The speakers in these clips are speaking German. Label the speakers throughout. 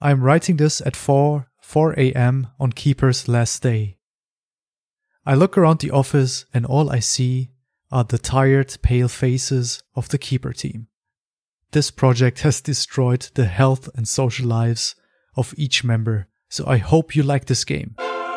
Speaker 1: I'm writing this at 4 a.m. on Keeper's last day. I look around the office and all I see are the tired, pale faces of the Keeper team. This project has destroyed the health and social lives of each member, so I hope you like this game.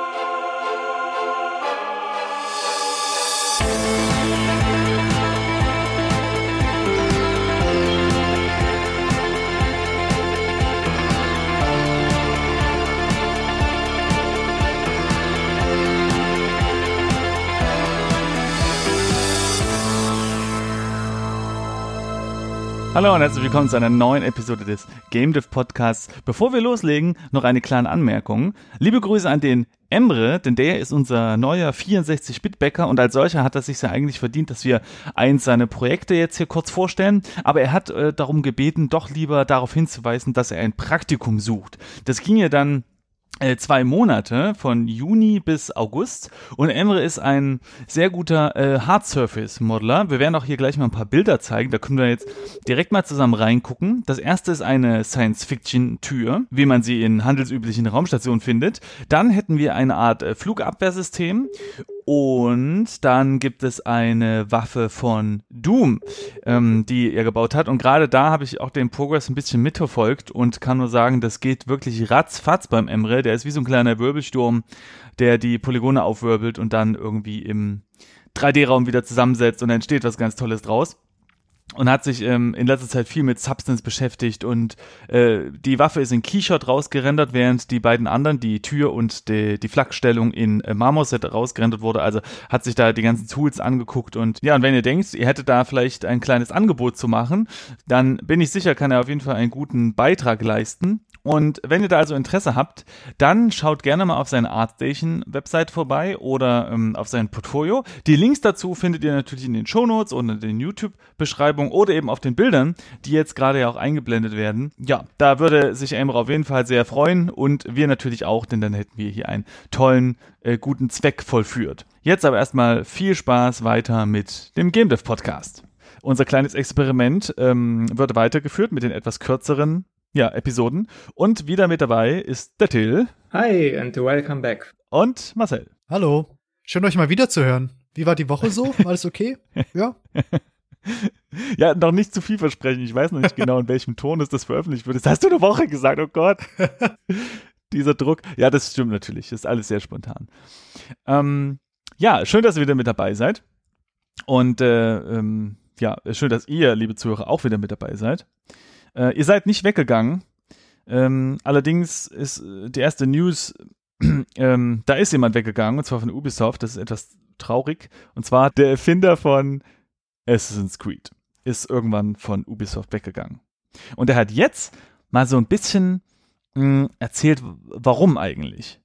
Speaker 2: Hallo und herzlich willkommen zu einer neuen Episode des Game Dev Podcasts. Bevor wir loslegen, noch eine kleine Anmerkung. Liebe Grüße an den Emre, denn der ist unser neuer 64-Bit-Bäcker und als solcher hat er sich ja eigentlich verdient, dass wir eins seiner Projekte jetzt hier kurz vorstellen. Aber er hat darum gebeten, doch lieber darauf hinzuweisen, dass er ein Praktikum sucht. Das ging ja dann 2 Monate, von Juni bis August, und Emre ist ein sehr guter Hard-Surface-Modeler. Wir werden auch hier gleich mal ein paar Bilder zeigen, da können wir jetzt direkt mal zusammen reingucken. Das erste ist eine Science-Fiction-Tür, wie man sie in handelsüblichen Raumstationen findet. Dann hätten wir eine Art Flugabwehrsystem und dann gibt es eine Waffe von Doom, die er gebaut hat, und gerade da habe ich auch den Progress ein bisschen mitverfolgt und kann nur sagen, das geht wirklich ratzfatz beim Emre. Der ist wie so ein kleiner Wirbelsturm, der die Polygone aufwirbelt und dann irgendwie im 3D-Raum wieder zusammensetzt und dann entsteht was ganz Tolles draus. Und hat sich in letzter Zeit viel mit Substance beschäftigt und die Waffe ist in Keyshot rausgerendert, während die beiden anderen, die Tür und die Flakstellung in Marmoset rausgerendert wurde. Also hat sich da die ganzen Tools angeguckt und ja, und wenn ihr denkt, ihr hättet da vielleicht ein kleines Angebot zu machen, dann bin ich sicher, kann er auf jeden Fall einen guten Beitrag leisten. Und wenn ihr da also Interesse habt, dann schaut gerne mal auf seine ArtStation-Website vorbei oder auf sein Portfolio. Die Links dazu findet ihr natürlich in den Shownotes oder in den YouTube-Beschreibungen oder eben auf den Bildern, die jetzt gerade ja auch eingeblendet werden. Ja, da würde sich Emre auf jeden Fall sehr freuen und wir natürlich auch, denn dann hätten wir hier einen tollen, guten Zweck vollführt. Jetzt aber erstmal viel Spaß weiter mit dem Game Dev Podcast. Unser kleines Experiment wird weitergeführt mit den etwas kürzeren Episoden. Und wieder mit dabei ist der Till.
Speaker 3: Hi and welcome back.
Speaker 2: Und Marcel.
Speaker 1: Hallo. Schön, euch mal wieder zu hören. Wie war die Woche so? War alles okay? Ja?
Speaker 2: Ja, noch nicht zu viel versprechen. Ich weiß noch nicht genau, in welchem Ton es das veröffentlicht wird. Das hast du eine Woche gesagt, oh Gott. Dieser Druck. Ja, das stimmt natürlich. Das ist alles sehr spontan. Ja, schön, dass ihr wieder mit dabei seid. Und schön, dass ihr, liebe Zuhörer, auch wieder mit dabei seid. Ihr seid nicht weggegangen, allerdings ist die erste News, da ist jemand weggegangen, und zwar von Ubisoft, das ist etwas traurig, und zwar der Erfinder von Assassin's Creed ist irgendwann von Ubisoft weggegangen. Und er hat jetzt mal so ein bisschen erzählt, warum eigentlich.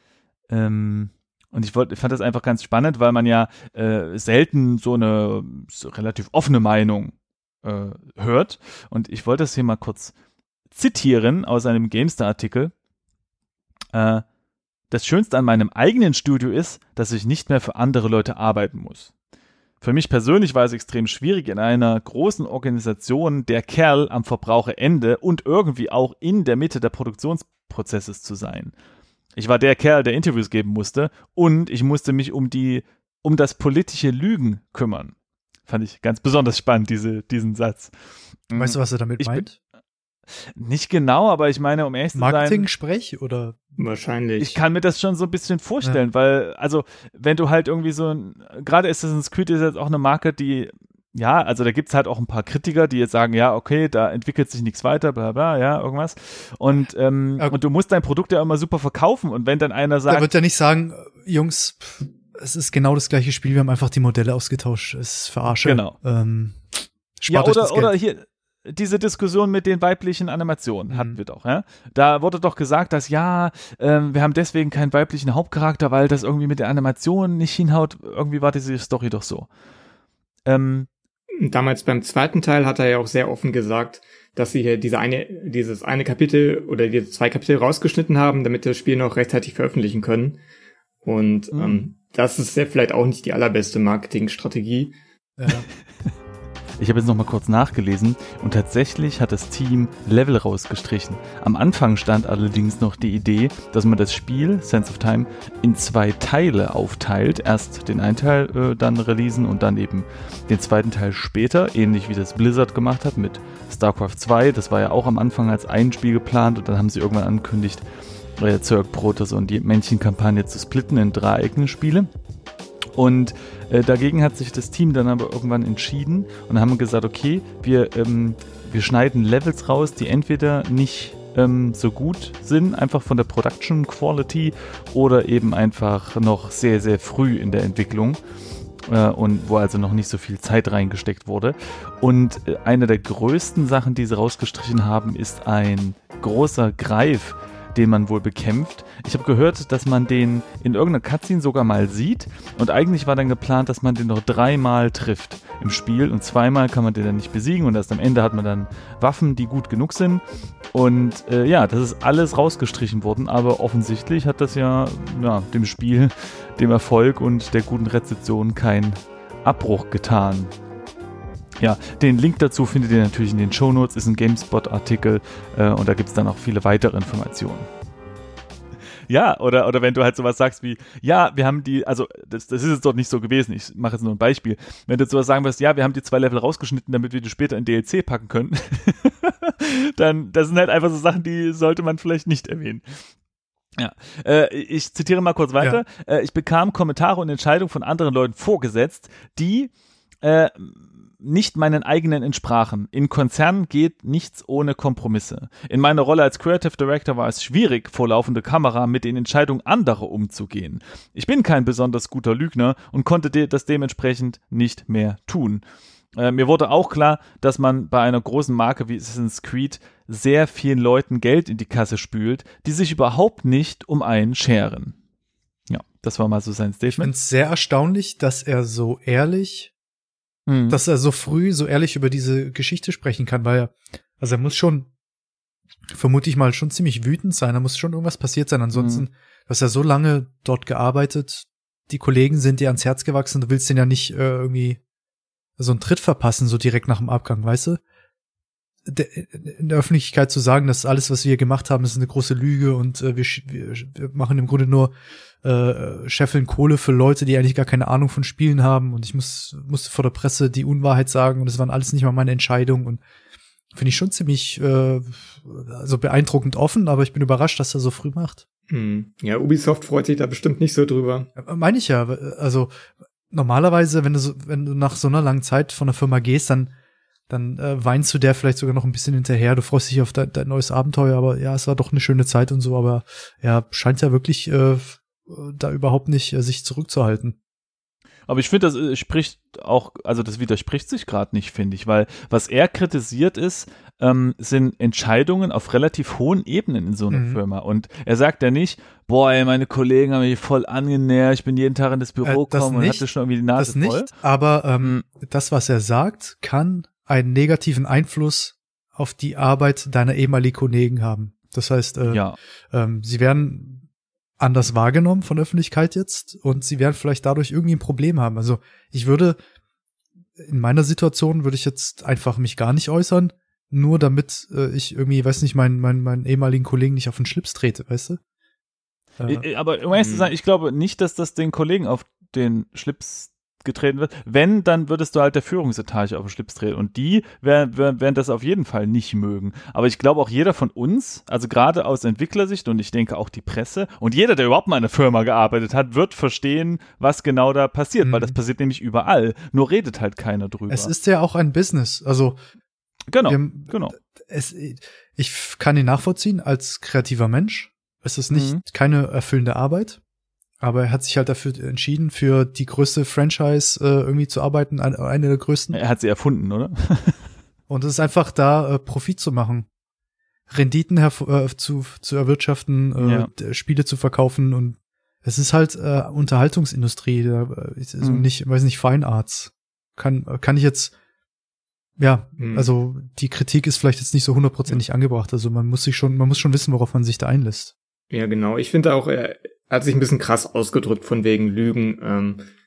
Speaker 2: Und ich fand das einfach ganz spannend, weil man ja selten so eine relativ offene Meinung hört. Und ich wollte das hier mal kurz zitieren aus einem GameStar-Artikel. Das Schönste an meinem eigenen Studio ist, dass ich nicht mehr für andere Leute arbeiten muss. Für mich persönlich war es extrem schwierig, in einer großen Organisation der Kerl am Verbraucherende und irgendwie auch in der Mitte der Produktionsprozesses zu sein. Ich war der Kerl, der Interviews geben musste, und ich musste mich um das politische Lügen kümmern. Fand ich ganz besonders spannend, diesen Satz.
Speaker 1: Weißt du, was er damit meint?
Speaker 2: Nicht genau, aber ich meine, um ehrlich zu sein...
Speaker 1: Marketing-Sprech oder?
Speaker 3: Wahrscheinlich.
Speaker 2: Ich kann mir das schon so ein bisschen vorstellen, weil, also, wenn du halt irgendwie gerade Assassin's Creed ist jetzt auch eine Marke, die, ja, also da gibt's halt auch ein paar Kritiker, die jetzt sagen, ja, okay, da entwickelt sich nichts weiter, bla bla, ja, irgendwas. Und du musst dein Produkt ja immer super verkaufen, und wenn dann einer sagt...
Speaker 1: Er wird ja nicht sagen, Jungs... Es ist genau das gleiche Spiel, wir haben einfach die Modelle ausgetauscht. Es ist Verarsche.
Speaker 2: Genau.
Speaker 1: Ja,
Speaker 2: oder hier diese Diskussion mit den weiblichen Animationen hatten wir doch. Ja? Da wurde doch gesagt, dass wir haben deswegen keinen weiblichen Hauptcharakter, weil das irgendwie mit der Animation nicht hinhaut. Irgendwie war diese Story doch so.
Speaker 3: Damals beim zweiten Teil hat er ja auch sehr offen gesagt, dass sie hier dieses eine Kapitel oder diese 2 Kapitel rausgeschnitten haben, damit das Spiel noch rechtzeitig veröffentlichen können. Und das ist ja vielleicht auch nicht die allerbeste Marketingstrategie.
Speaker 1: Ja.
Speaker 2: ich habe jetzt nochmal kurz nachgelesen und tatsächlich hat das Team Level rausgestrichen. Am Anfang stand allerdings noch die Idee, dass man das Spiel, Sands of Time, in 2 Teile aufteilt. Erst den einen Teil dann releasen und dann eben den zweiten Teil später, ähnlich wie das Blizzard gemacht hat mit StarCraft 2. Das war ja auch am Anfang als ein Spiel geplant und dann haben sie irgendwann angekündigt, Zerg Protoss und die Männchenkampagne zu splitten in 3 eigene Spiele. Und dagegen hat sich das Team dann aber irgendwann entschieden und haben gesagt, okay, wir schneiden Levels raus, die entweder nicht so gut sind, einfach von der Production Quality oder eben einfach noch sehr, sehr früh in der Entwicklung und wo also noch nicht so viel Zeit reingesteckt wurde. Und eine der größten Sachen, die sie rausgestrichen haben, ist ein großer Greif, den man wohl bekämpft. Ich habe gehört, dass man den in irgendeiner Cutscene sogar mal sieht und eigentlich war dann geplant, dass man den noch 3-mal trifft im Spiel und 2-mal kann man den dann nicht besiegen und erst am Ende hat man dann Waffen, die gut genug sind und das ist alles rausgestrichen worden, aber offensichtlich hat das ja dem Spiel, dem Erfolg und der guten Rezeption keinen Abbruch getan. Ja, den Link dazu findet ihr natürlich in den Shownotes, ist ein GameSpot-Artikel und da gibt es dann auch viele weitere Informationen. Ja, oder wenn du halt sowas sagst wie, ja, wir haben das ist jetzt dort nicht so gewesen, ich mache jetzt nur ein Beispiel. Wenn du sowas sagen wirst, ja, wir haben die 2 Level rausgeschnitten, damit wir die später in DLC packen können, dann, das sind halt einfach so Sachen, die sollte man vielleicht nicht erwähnen. Ja, ich zitiere mal kurz weiter. Ja. Ich bekam Kommentare und Entscheidungen von anderen Leuten vorgesetzt, die nicht meinen eigenen entsprachen. In Konzernen geht nichts ohne Kompromisse. In meiner Rolle als Creative Director war es schwierig, vor laufender Kamera mit den Entscheidungen anderer umzugehen. Ich bin kein besonders guter Lügner und konnte das dementsprechend nicht mehr tun. Mir wurde auch klar, dass man bei einer großen Marke wie Assassin's Creed sehr vielen Leuten Geld in die Kasse spült, die sich überhaupt nicht um einen scheren. Ja, das war mal so sein Statement.
Speaker 1: Ich finde es sehr erstaunlich, dass er so ehrlich dass er so früh so ehrlich über diese Geschichte sprechen kann, weil er muss schon, vermute ich mal, schon ziemlich wütend sein, da muss schon irgendwas passiert sein, ansonsten, dass er so lange dort gearbeitet, die Kollegen sind dir ans Herz gewachsen, du willst denen ja nicht irgendwie so einen Tritt verpassen, so direkt nach dem Abgang, weißt du? In der Öffentlichkeit zu sagen, dass alles, was wir gemacht haben, ist eine große Lüge und wir machen im Grunde nur scheffeln Kohle für Leute, die eigentlich gar keine Ahnung von Spielen haben und ich musste vor der Presse die Unwahrheit sagen und es waren alles nicht mal meine Entscheidungen und finde ich schon ziemlich also beeindruckend offen, aber ich bin überrascht, dass er so früh macht.
Speaker 3: Ja, Ubisoft freut sich da bestimmt nicht so drüber.
Speaker 1: Meine ich ja, also normalerweise, wenn du nach so einer langen Zeit von der Firma gehst, dann weinst du der vielleicht sogar noch ein bisschen hinterher, du freust dich auf dein neues Abenteuer, aber ja, es war doch eine schöne Zeit und so, aber er scheint ja wirklich da überhaupt nicht sich zurückzuhalten.
Speaker 2: Aber ich finde, das spricht auch, also das widerspricht sich gerade nicht, finde ich, weil was er kritisiert ist, sind Entscheidungen auf relativ hohen Ebenen in so einer Firma. Und er sagt ja nicht, boah, ey, meine Kollegen haben mich voll angenährt, ich bin jeden Tag in das Büro gekommen und hatte schon irgendwie die Nase voll. Das nicht,
Speaker 1: aber das, was er sagt, kann einen negativen Einfluss auf die Arbeit deiner ehemaligen Kollegen haben. Das heißt, sie werden anders wahrgenommen von der Öffentlichkeit jetzt und sie werden vielleicht dadurch irgendwie ein Problem haben. Also in meiner Situation würde ich jetzt einfach mich gar nicht äußern, nur damit ich irgendwie, weiß nicht, meinen ehemaligen Kollegen nicht auf den Schlips trete, weißt du?
Speaker 2: Aber um ehrlich zu sein, ich glaube nicht, dass das den Kollegen auf den Schlips getreten wird. Wenn, dann würdest du halt der Führungsetage auf den Schlips treten und die werden das auf jeden Fall nicht mögen. Aber ich glaube auch jeder von uns, also gerade aus Entwicklersicht und ich denke auch die Presse und jeder, der überhaupt mal in einer Firma gearbeitet hat, wird verstehen, was genau da passiert, weil das passiert nämlich überall. Nur redet halt keiner drüber.
Speaker 1: Es ist ja auch ein Business, also
Speaker 2: Genau.
Speaker 1: Ich kann ihn nachvollziehen als kreativer Mensch. Es ist nicht keine erfüllende Arbeit. Aber er hat sich halt dafür entschieden, für die größte Franchise irgendwie zu arbeiten, eine der größten.
Speaker 2: Er hat sie erfunden, oder?
Speaker 1: Und es ist einfach da, Profit zu machen, Renditen zu erwirtschaften, Spiele zu verkaufen und es ist halt Unterhaltungsindustrie, nicht, weiß nicht, Fine Arts. Kann ich jetzt, also die Kritik ist vielleicht jetzt nicht so 100% angebracht, also man muss schon wissen, worauf man sich da einlässt.
Speaker 3: Ja, genau. Ich finde auch, er hat sich ein bisschen krass ausgedrückt von wegen Lügen.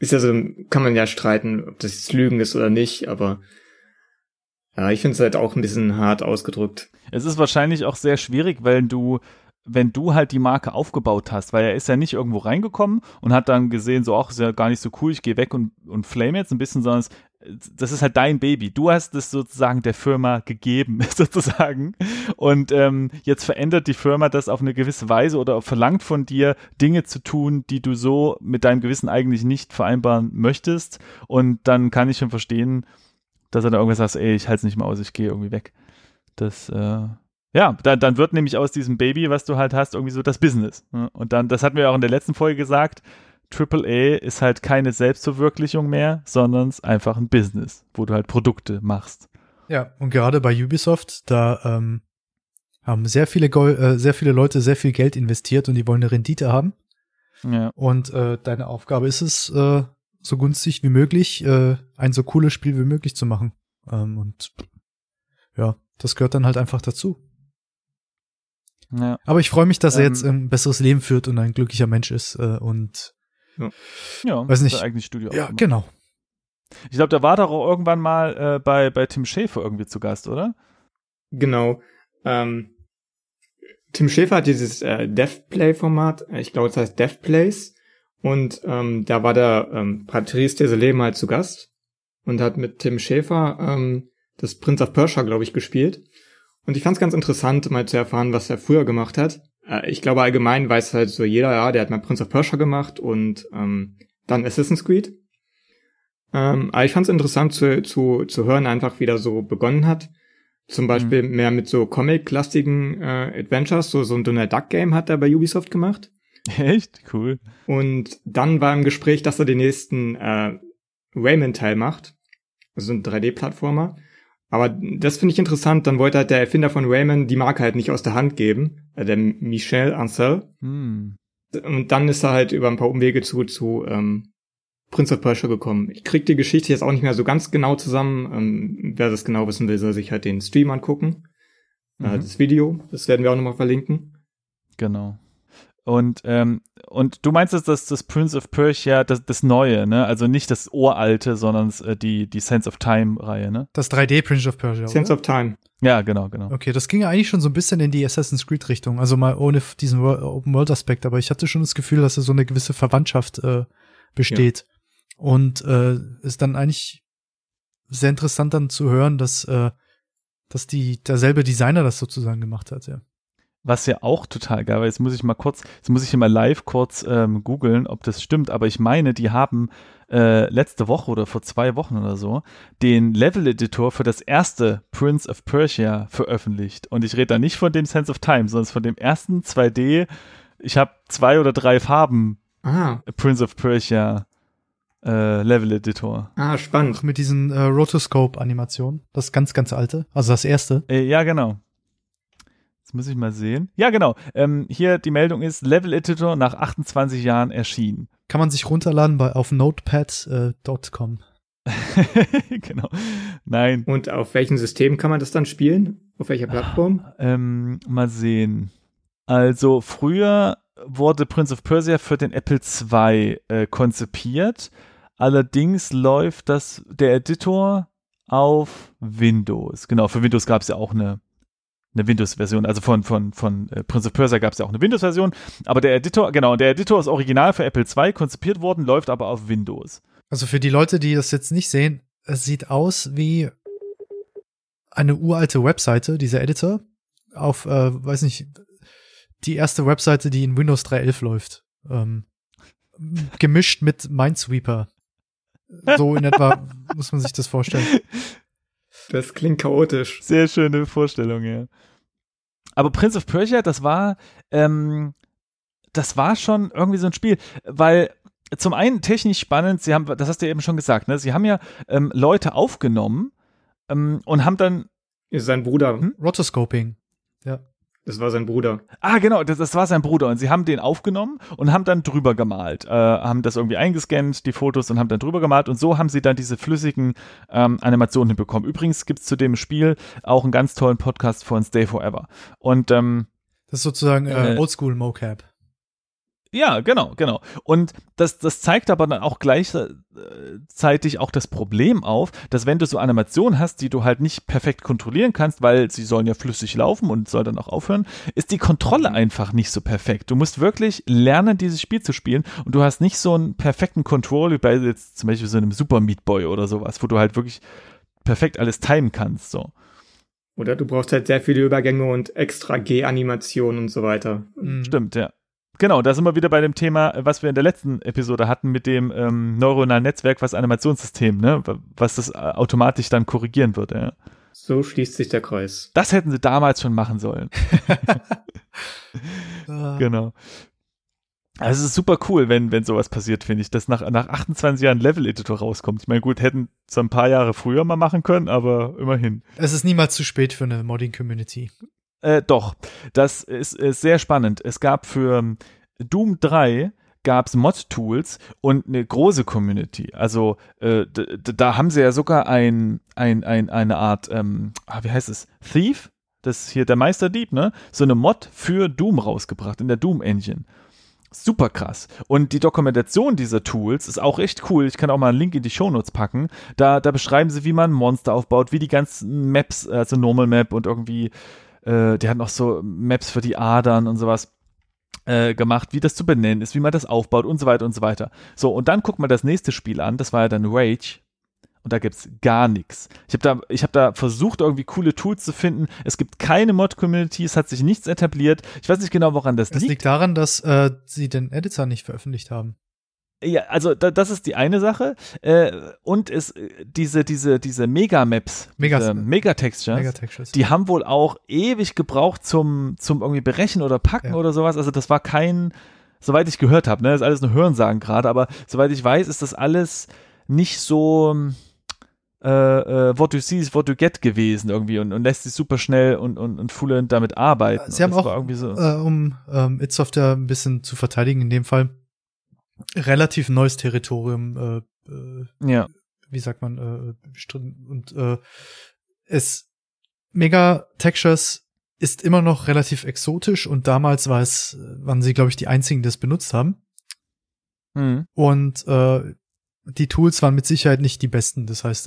Speaker 3: ist ja so, kann man ja streiten, ob das jetzt Lügen ist oder nicht, aber ja, ich finde es halt auch ein bisschen hart ausgedrückt.
Speaker 2: Es ist wahrscheinlich auch sehr schwierig, wenn du halt die Marke aufgebaut hast, weil er ist ja nicht irgendwo reingekommen und hat dann gesehen, so, ach, ist ja gar nicht so cool, ich gehe weg und flame jetzt ein bisschen, sondern das ist halt dein Baby. Du hast es sozusagen der Firma gegeben, sozusagen. Und jetzt verändert die Firma das auf eine gewisse Weise oder verlangt von dir, Dinge zu tun, die du so mit deinem Gewissen eigentlich nicht vereinbaren möchtest. Und dann kann ich schon verstehen, dass er da irgendwas sagt, ey, ich halte es nicht mehr aus, ich gehe irgendwie weg. Das, ja, dann wird nämlich aus diesem Baby, was du halt hast, irgendwie so das Business. Ne? Und dann, das hatten wir auch in der letzten Folge gesagt, AAA ist halt keine Selbstverwirklichung mehr, sondern es ist einfach ein Business, wo du halt Produkte machst.
Speaker 1: Ja, und gerade bei Ubisoft, da haben sehr viele Leute sehr viel Geld investiert und die wollen eine Rendite haben.
Speaker 2: Ja.
Speaker 1: Und deine Aufgabe ist es, so günstig wie möglich, ein so cooles Spiel wie möglich zu machen. Und ja, das gehört dann halt einfach dazu.
Speaker 2: Ja.
Speaker 1: Aber ich freue mich, dass er jetzt ein besseres Leben führt und ein glücklicher Mensch ist und
Speaker 2: ja,
Speaker 1: weiß nicht.
Speaker 2: sein eigenes Studio
Speaker 1: ja,
Speaker 2: aufgemacht.
Speaker 1: genau.
Speaker 2: Ich glaube, da war doch auch irgendwann mal bei Tim Schafer irgendwie zu Gast, oder?
Speaker 3: Genau. Tim Schafer hat dieses DevPlay-Format, ich glaube, es heißt DevPlays, und da war der Patrice Desilets halt zu Gast und hat mit Tim Schafer das Prince of Persia, glaube ich, gespielt. Und ich fand es ganz interessant, mal zu erfahren, was er früher gemacht hat. Ich glaube, allgemein weiß halt so jeder, ja, der hat mal Prince of Persia gemacht und dann Assassin's Creed. Aber ich fand es interessant zu hören, einfach wie der so begonnen hat. Zum Beispiel mehr mit so Comic-lastigen Adventures, so ein Donald Duck-Game hat er bei Ubisoft gemacht.
Speaker 2: Echt? Cool.
Speaker 3: Und dann war im Gespräch, dass er den nächsten Rayman-Teil macht. Also ein 3D-Plattformer. Aber das finde ich interessant. Dann wollte halt der Erfinder von Rayman die Marke halt nicht aus der Hand geben. Der Michel Ancel. Und dann ist er halt über ein paar Umwege zu Prince of Persia gekommen. Ich krieg die Geschichte jetzt auch nicht mehr so ganz genau zusammen. Wer das genau wissen will, soll sich halt den Stream angucken. Das Video, das werden wir auch nochmal verlinken.
Speaker 2: Genau. Und du meinst, dass das Prince of Persia, das Neue, ne? Also nicht das Uralte, sondern die Sense of Time-Reihe, ne?
Speaker 1: Das 3D Prince of Persia,
Speaker 3: Sense
Speaker 1: oder?
Speaker 3: of Time.
Speaker 2: Ja, genau.
Speaker 1: Okay, das ging ja eigentlich schon so ein bisschen in die Assassin's Creed-Richtung, also mal ohne diesen Open-World-Aspekt, aber ich hatte schon das Gefühl, dass da so eine gewisse Verwandtschaft besteht. Ja. Und ist dann eigentlich sehr interessant dann zu hören, dass derselbe Designer das sozusagen gemacht hat, ja.
Speaker 2: Was ja auch total geil war, jetzt muss ich hier mal live kurz googeln, ob das stimmt, aber ich meine, die haben letzte Woche oder vor 2 Wochen oder so den Level-Editor für das erste Prince of Persia veröffentlicht. Und ich rede da nicht von dem Sense of Time, sondern von dem ersten 2D, ich habe 2 oder 3 Farben Prince of Persia Level-Editor.
Speaker 3: Spannend.
Speaker 1: Auch mit diesen Rotoscope-Animationen, das ganz, ganz alte, also das erste.
Speaker 2: Ja, genau. Das muss ich mal sehen. Ja, genau. Hier die Meldung ist, Level Editor nach 28 Jahren erschienen.
Speaker 1: Kann man sich runterladen auf notepad.com.
Speaker 2: Genau. Nein.
Speaker 3: Und auf welchem System kann man das dann spielen? Auf welcher Plattform?
Speaker 2: Mal sehen. Also früher wurde Prince of Persia für den Apple II konzipiert. Allerdings läuft der Editor auf Windows. Genau, für Windows gab es ja auch eine Windows-Version, also von Prince of Persia gab es ja auch eine Windows-Version, aber der Editor ist original für Apple II konzipiert worden, läuft aber auf Windows.
Speaker 1: Also für die Leute, die das jetzt nicht sehen, es sieht aus wie eine uralte Webseite, dieser Editor, auf, weiß nicht, die erste Webseite, die in Windows 3.11 läuft. Gemischt mit Minesweeper. So in etwa muss man sich das vorstellen.
Speaker 3: Das klingt chaotisch.
Speaker 2: Sehr schöne Vorstellung, ja. Aber Prince of Persia, das war schon irgendwie so ein Spiel, weil zum einen technisch spannend, das hast du ja eben schon gesagt, ne? Sie haben ja Leute aufgenommen und haben dann
Speaker 3: Ist sein Bruder.
Speaker 1: Rotoscoping, ja.
Speaker 3: Das war sein Bruder.
Speaker 2: Genau, das war sein Bruder und sie haben den aufgenommen und haben dann drüber gemalt, haben das irgendwie eingescannt, die Fotos, und haben dann drüber gemalt und so haben sie dann diese flüssigen Animationen hinbekommen. Übrigens gibt es zu dem Spiel auch einen ganz tollen Podcast von Stay Forever. Und
Speaker 1: das ist sozusagen Oldschool Mocap.
Speaker 2: Ja, genau. Und das zeigt aber dann auch gleichzeitig auch das Problem auf, dass wenn du so Animationen hast, die du halt nicht perfekt kontrollieren kannst, weil sie sollen ja flüssig laufen und soll dann auch aufhören, ist die Kontrolle einfach nicht so perfekt. Du musst wirklich lernen, dieses Spiel zu spielen und du hast nicht so einen perfekten Control wie bei jetzt zum Beispiel so einem Super Meat Boy oder sowas, wo du halt wirklich perfekt alles timen kannst, so.
Speaker 3: Oder du brauchst halt sehr viele Übergänge und extra G-Animationen und so weiter.
Speaker 2: Stimmt, ja. Genau, da sind wir wieder bei dem Thema, was wir in der letzten Episode hatten mit dem neuronalen Netzwerk, was Animationssystem, ne, was das automatisch dann korrigieren würde. Ja.
Speaker 3: So schließt sich der Kreis.
Speaker 2: Das hätten sie damals schon machen sollen. Genau. Also es ist super cool, wenn sowas passiert, finde ich, dass nach 28 Jahren Level-Editor rauskommt. Ich meine, gut, hätten es ein paar Jahre früher mal machen können, aber immerhin.
Speaker 1: Es ist niemals zu spät für eine Modding-Community.
Speaker 2: Doch, das ist sehr spannend. Es gab für Doom 3 gab's Mod-Tools und eine große Community. Also da haben sie ja sogar eine Art, wie heißt es, Thief, das ist hier der Meisterdieb, ne? So eine Mod für Doom rausgebracht in der Doom-Engine. Super krass. Und die Dokumentation dieser Tools ist auch echt cool. Ich kann auch mal einen Link in die Shownotes packen. Da beschreiben sie, wie man Monster aufbaut, wie die ganzen Maps, also Normal Map und irgendwie die hat noch so Maps für die Adern und sowas gemacht, wie das zu benennen ist, wie man das aufbaut und so weiter und so weiter. So, und dann guckt man das nächste Spiel an, das war ja dann Rage. Und da gibt's gar nichts. Ich hab da versucht, irgendwie coole Tools zu finden. Es gibt keine Mod-Community, es hat sich nichts etabliert. Ich weiß nicht genau, woran das liegt.
Speaker 1: Es liegt daran, dass sie den Editor nicht veröffentlicht haben.
Speaker 2: Ja, also das ist die eine Sache. Und diese Megamaps, Megatextures, die haben wohl auch ewig gebraucht zum irgendwie berechnen oder packen oder sowas. Also das war kein, soweit ich gehört habe, ne, das ist alles nur Hörensagen gerade, aber soweit ich weiß, ist das alles nicht so what you see is what you get gewesen irgendwie und lässt sich super schnell und fluent damit arbeiten.
Speaker 1: Sie haben auch, so, um id Software ein bisschen zu verteidigen in dem Fall, relativ neues Territorium, wie sagt man, bestritten. Und Megatextures ist immer noch relativ exotisch und damals waren sie, glaube ich, die einzigen, die das benutzt haben. Und die Tools waren mit Sicherheit nicht die besten. Das heißt,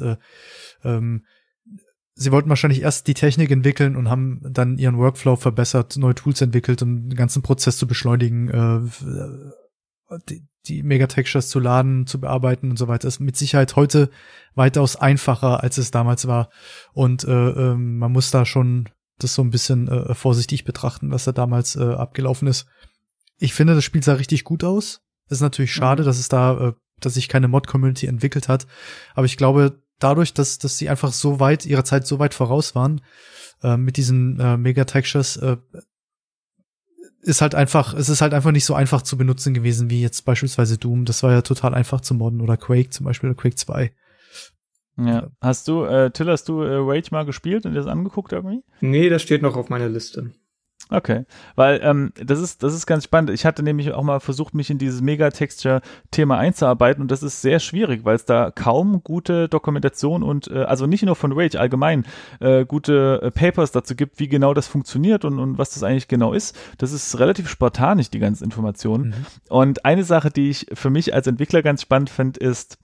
Speaker 1: sie wollten wahrscheinlich erst die Technik entwickeln und haben dann ihren Workflow verbessert, neue Tools entwickelt, um den ganzen Prozess zu beschleunigen, die Megatextures zu laden, zu bearbeiten und so weiter. Ist mit Sicherheit heute weitaus einfacher, als es damals war. Und man muss da schon das so ein bisschen vorsichtig betrachten, was da damals abgelaufen ist. Ich finde, das Spiel sah richtig gut aus. Es ist natürlich schade, dass sich keine Mod-Community entwickelt hat. Aber ich glaube, dadurch, dass sie einfach ihrer Zeit so weit voraus waren, mit diesen Megatextures, es ist halt einfach nicht so einfach zu benutzen gewesen, wie jetzt beispielsweise Doom. Das war ja total einfach zu modden oder Quake zum Beispiel oder Quake 2.
Speaker 2: Ja. Hast du Rage mal gespielt und dir das angeguckt irgendwie?
Speaker 3: Nee, das steht noch auf meiner Liste.
Speaker 2: Okay, weil das ist ganz spannend. Ich hatte nämlich auch mal versucht, mich in dieses Megatexture-Thema einzuarbeiten und das ist sehr schwierig, weil es da kaum gute Dokumentation und also nicht nur von Rage, allgemein gute Papers dazu gibt, wie genau das funktioniert und was das eigentlich genau ist. Das ist relativ spartanisch, die ganzen Informationen. Und eine Sache, die ich für mich als Entwickler ganz spannend finde, ist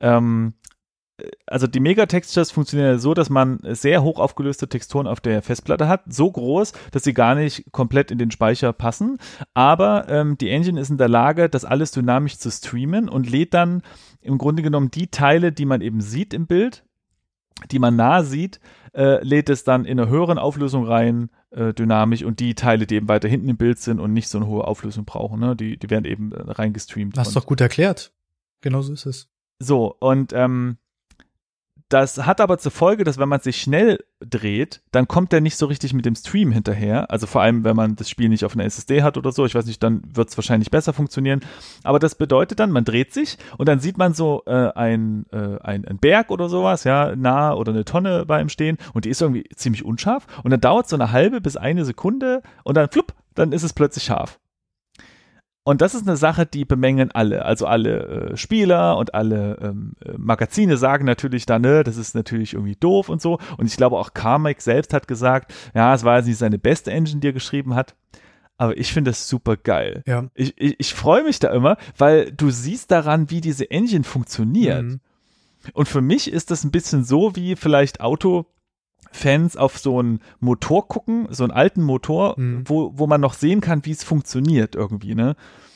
Speaker 2: also die Megatextures funktionieren so, dass man sehr hoch aufgelöste Texturen auf der Festplatte hat, so groß, dass sie gar nicht komplett in den Speicher passen, aber die Engine ist in der Lage, das alles dynamisch zu streamen und lädt dann im Grunde genommen die Teile, die man eben sieht im Bild, die man nah sieht, lädt es dann in einer höheren Auflösung rein, dynamisch, und die Teile, die eben weiter hinten im Bild sind und nicht so eine hohe Auflösung brauchen, ne, die werden eben reingestreamt.
Speaker 1: Hast du doch gut erklärt. Genau so ist es.
Speaker 2: So, und das hat aber zur Folge, dass wenn man sich schnell dreht, dann kommt der nicht so richtig mit dem Stream hinterher. Also vor allem, wenn man das Spiel nicht auf einer SSD hat oder so. Ich weiß nicht, dann wird es wahrscheinlich besser funktionieren. Aber das bedeutet dann, man dreht sich und dann sieht man so ein Berg oder sowas, ja, nah, oder eine Tonne bei ihm stehen und die ist irgendwie ziemlich unscharf. Und dann dauert es so eine halbe bis eine Sekunde und dann flupp, dann ist es plötzlich scharf. Und das ist eine Sache, die bemängeln alle, also alle Spieler und alle Magazine sagen natürlich dann, das ist natürlich irgendwie doof und so. Und ich glaube auch Carmack selbst hat gesagt, ja, es war jetzt nicht seine beste Engine, die er geschrieben hat. aber ich finde das super geil.
Speaker 1: Ja.
Speaker 2: Ich freue mich da immer, weil du siehst daran, wie diese Engine funktioniert.
Speaker 1: Mhm.
Speaker 2: Und für mich ist das ein bisschen so, wie vielleicht Autofans auf so einen Motor gucken, so einen alten Motor, wo man noch sehen kann, wie es funktioniert irgendwie, ne?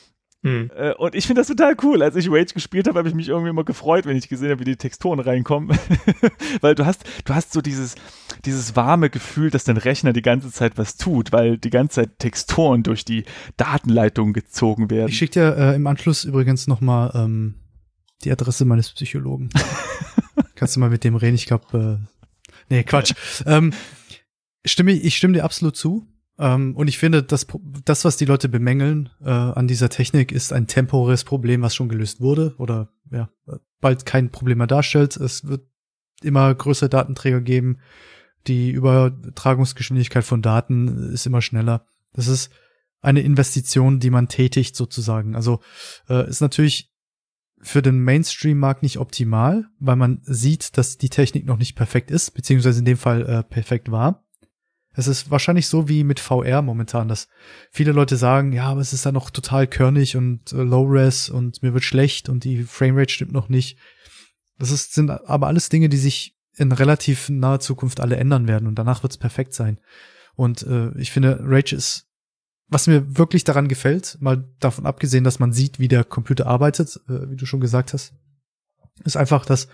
Speaker 2: Und ich finde das total cool. Als ich Rage gespielt habe ich mich irgendwie immer gefreut, wenn ich gesehen habe, wie die Texturen reinkommen. Weil du hast so dieses warme Gefühl, dass dein Rechner die ganze Zeit was tut, weil die ganze Zeit Texturen durch die Datenleitung gezogen werden.
Speaker 1: Ich schicke dir im Anschluss übrigens nochmal die Adresse meines Psychologen. Kannst du mal mit dem reden? Ich glaube, nee, Quatsch. Ich stimme dir absolut zu. Und ich finde, das, was die Leute bemängeln an dieser Technik, ist ein temporäres Problem, was schon gelöst wurde oder ja bald kein Problem mehr darstellt. Es wird immer größere Datenträger geben. Die Übertragungsgeschwindigkeit von Daten ist immer schneller. Das ist eine Investition, die man tätigt sozusagen. Also ist natürlich für den Mainstream-Markt nicht optimal, weil man sieht, dass die Technik noch nicht perfekt ist, beziehungsweise in dem Fall perfekt war. Es ist wahrscheinlich so wie mit VR momentan, dass viele Leute sagen, ja, aber es ist da noch total körnig und Low-Res und mir wird schlecht und die Framerate stimmt noch nicht. Sind aber alles Dinge, die sich in relativ naher Zukunft alle ändern werden und danach wird es perfekt sein. Und ich finde, Rage ist, was mir wirklich daran gefällt, mal davon abgesehen, dass man sieht, wie der Computer arbeitet, wie du schon gesagt hast, ist einfach, dass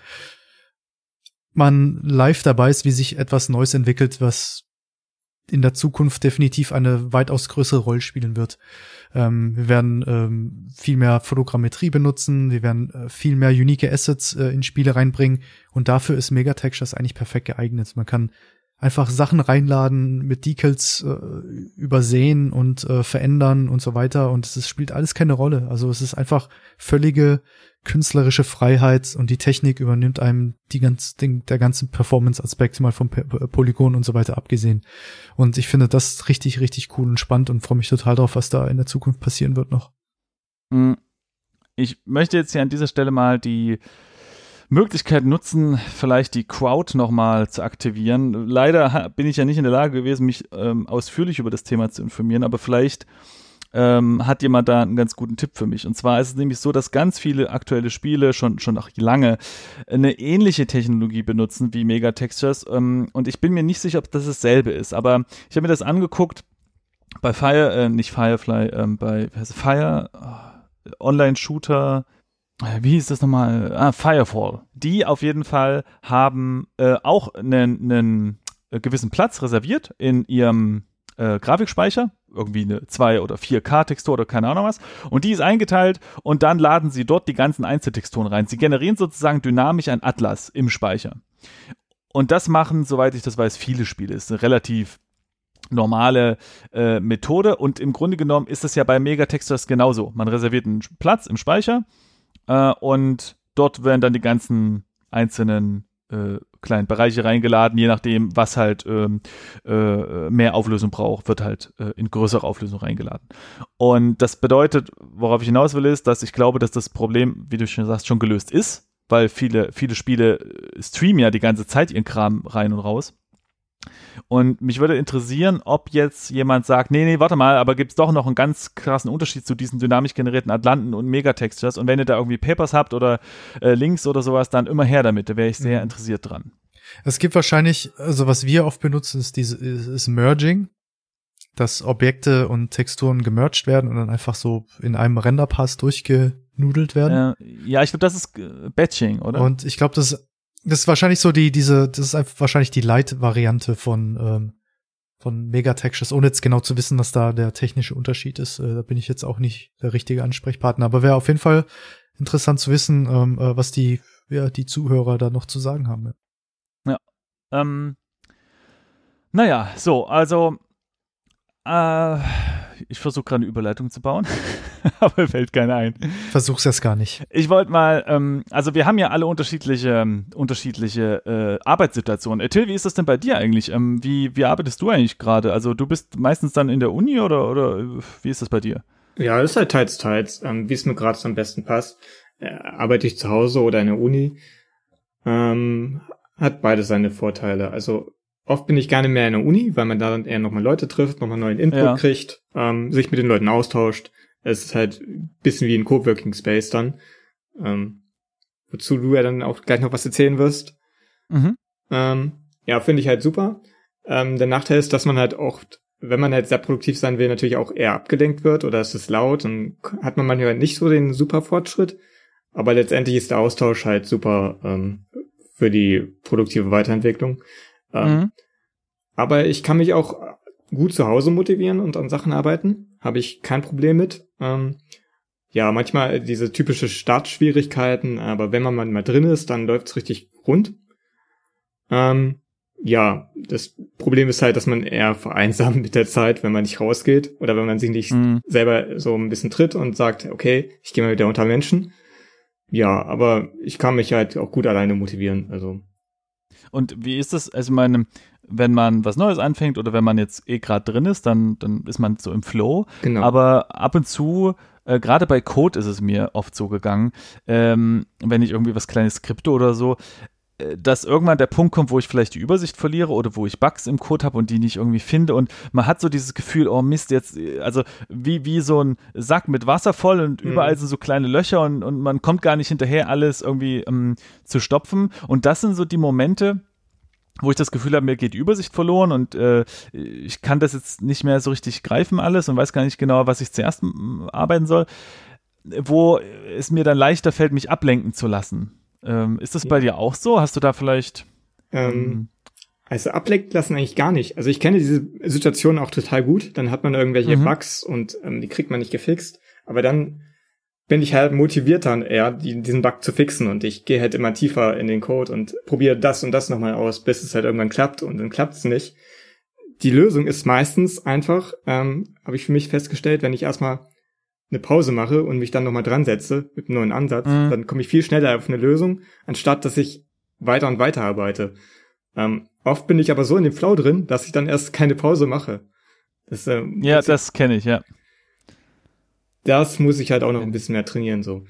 Speaker 1: man live dabei ist, wie sich etwas Neues entwickelt, was in der Zukunft definitiv eine weitaus größere Rolle spielen wird. Wir werden viel mehr Fotogrammetrie benutzen, wir werden viel mehr unique Assets in Spiele reinbringen und dafür ist Megatextures eigentlich perfekt geeignet. Man kann einfach Sachen reinladen, mit Decals übersehen und verändern und so weiter und es spielt alles keine Rolle. Also es ist einfach völlige künstlerische Freiheit und die Technik übernimmt einem der ganzen Performance-Aspekt mal vom Polygon und so weiter abgesehen. Und ich finde das richtig, richtig cool und spannend und freue mich total drauf, was da in der Zukunft passieren wird noch.
Speaker 2: Ich möchte jetzt hier an dieser Stelle mal die Möglichkeit nutzen, vielleicht die Crowd nochmal zu aktivieren. Leider bin ich ja nicht in der Lage gewesen, mich ausführlich über das Thema zu informieren, aber vielleicht hat jemand da einen ganz guten Tipp für mich. Und zwar ist es nämlich so, dass ganz viele aktuelle Spiele schon auch lange eine ähnliche Technologie benutzen wie Megatextures. Und ich bin mir nicht sicher, ob das dasselbe ist. Aber ich habe mir das angeguckt bei Fire Online-Shooter. Wie hieß das nochmal? Firefall. Die auf jeden Fall haben auch einen gewissen Platz reserviert in ihrem Grafikspeicher, irgendwie eine 2 oder 4K Textur oder keine Ahnung was, und die ist eingeteilt und dann laden sie dort die ganzen Einzeltexturen rein. Sie generieren sozusagen dynamisch ein Atlas im Speicher. Und das machen, soweit ich das weiß, viele Spiele. Das ist eine relativ normale Methode und im Grunde genommen ist das ja bei Megatextures genauso. Man reserviert einen Platz im Speicher und dort werden dann die ganzen einzelnen kleinen Bereiche reingeladen, je nachdem, was halt mehr Auflösung braucht, wird halt in größere Auflösung reingeladen. Und das bedeutet, worauf ich hinaus will, ist, dass ich glaube, dass das Problem, wie du schon sagst, schon gelöst ist, weil viele Spiele streamen ja die ganze Zeit ihren Kram rein und raus. Und mich würde interessieren, ob jetzt jemand sagt, nee, warte mal, aber gibt's doch noch einen ganz krassen Unterschied zu diesen dynamisch generierten Atlanten und Megatextures, und wenn ihr da irgendwie Papers habt oder Links oder sowas, dann immer her damit, da wäre ich sehr interessiert dran.
Speaker 1: Es gibt wahrscheinlich, also was wir oft benutzen, ist Merging, dass Objekte und Texturen gemerged werden und dann einfach so in einem Renderpass durchgenudelt werden.
Speaker 2: Ja, ich glaube, das ist Batching, oder?
Speaker 1: Und ich glaube, das ist wahrscheinlich so das ist einfach wahrscheinlich die Light-Variante von Megatextures, ohne jetzt genau zu wissen, was da der technische Unterschied ist. Da bin ich jetzt auch nicht der richtige Ansprechpartner. Aber wäre auf jeden Fall interessant zu wissen, was die Zuhörer da noch zu sagen haben.
Speaker 2: Ja. Naja, so, also ich versuche gerade eine Überleitung zu bauen, aber fällt keiner ein.
Speaker 1: Versuch's erst gar nicht.
Speaker 2: Ich wollte mal, also wir haben ja alle unterschiedliche Arbeitssituationen. Till, wie ist das denn bei dir eigentlich? Wie arbeitest du eigentlich gerade? Also du bist meistens dann in der Uni oder wie ist das bei dir?
Speaker 3: Ja, das ist halt teils. Wie es mir gerade am besten passt. Arbeite ich zu Hause oder in der Uni? Hat beides seine Vorteile. Also oft bin ich gerne mehr in der Uni, weil man da dann eher nochmal Leute trifft, nochmal neuen Input kriegt, sich mit den Leuten austauscht. Es ist halt ein bisschen wie ein Coworking Space dann. Wozu du ja dann auch gleich noch was erzählen wirst.
Speaker 2: Mhm.
Speaker 3: Ja, finde ich halt super. Der Nachteil ist, dass man halt oft, wenn man halt sehr produktiv sein will, natürlich auch eher abgelenkt wird oder es ist laut, dann hat man manchmal nicht so den super Fortschritt. Aber letztendlich ist der Austausch halt super für die produktive Weiterentwicklung. Aber ich kann mich auch gut zu Hause motivieren und an Sachen arbeiten. Habe ich kein Problem mit. Ja, manchmal diese typische Startschwierigkeiten, aber wenn man mal drin ist, dann läuft's richtig rund. Ja, das Problem ist halt, dass man eher vereinsamt mit der Zeit, wenn man nicht rausgeht oder wenn man sich nicht selber so ein bisschen tritt und sagt, okay, ich gehe mal wieder unter Menschen. Ja, aber ich kann mich halt auch gut alleine motivieren, also.
Speaker 2: Und wie ist das, also ich meine, wenn man was Neues anfängt oder wenn man jetzt gerade drin ist, dann ist man so im Flow.
Speaker 3: Genau.
Speaker 2: Aber ab und zu, gerade bei Code ist es mir oft so gegangen, wenn ich irgendwie was Kleines skripte oder so, dass irgendwann der Punkt kommt, wo ich vielleicht die Übersicht verliere oder wo ich Bugs im Code habe und die nicht irgendwie finde und man hat so dieses Gefühl, oh Mist, jetzt, also wie so ein Sack mit Wasser voll und überall sind so kleine Löcher und man kommt gar nicht hinterher, alles irgendwie zu stopfen und das sind so die Momente, wo ich das Gefühl habe, mir geht die Übersicht verloren und ich kann das jetzt nicht mehr so richtig greifen alles und weiß gar nicht genau, was ich zuerst arbeiten soll, wo es mir dann leichter fällt, mich ablenken zu lassen. Ist das bei dir auch so? Hast du da vielleicht
Speaker 3: Also ablenken lassen eigentlich gar nicht. Also ich kenne diese Situation auch total gut. Dann hat man irgendwelche Bugs und die kriegt man nicht gefixt. Aber dann bin ich halt motiviert dann eher, diesen Bug zu fixen. Und ich gehe halt immer tiefer in den Code und probiere das und das nochmal aus, bis es halt irgendwann klappt. Und dann klappt es nicht. Die Lösung ist meistens einfach, habe ich für mich festgestellt, wenn ich erstmal eine Pause mache und mich dann nochmal dran setze mit einem neuen Ansatz, dann komme ich viel schneller auf eine Lösung, anstatt dass ich weiter und weiter arbeite. Oft bin ich aber so in dem Flow drin, dass ich dann erst keine Pause mache.
Speaker 2: Das kenne ich, ja.
Speaker 3: Das muss ich halt auch noch ein bisschen mehr trainieren, so.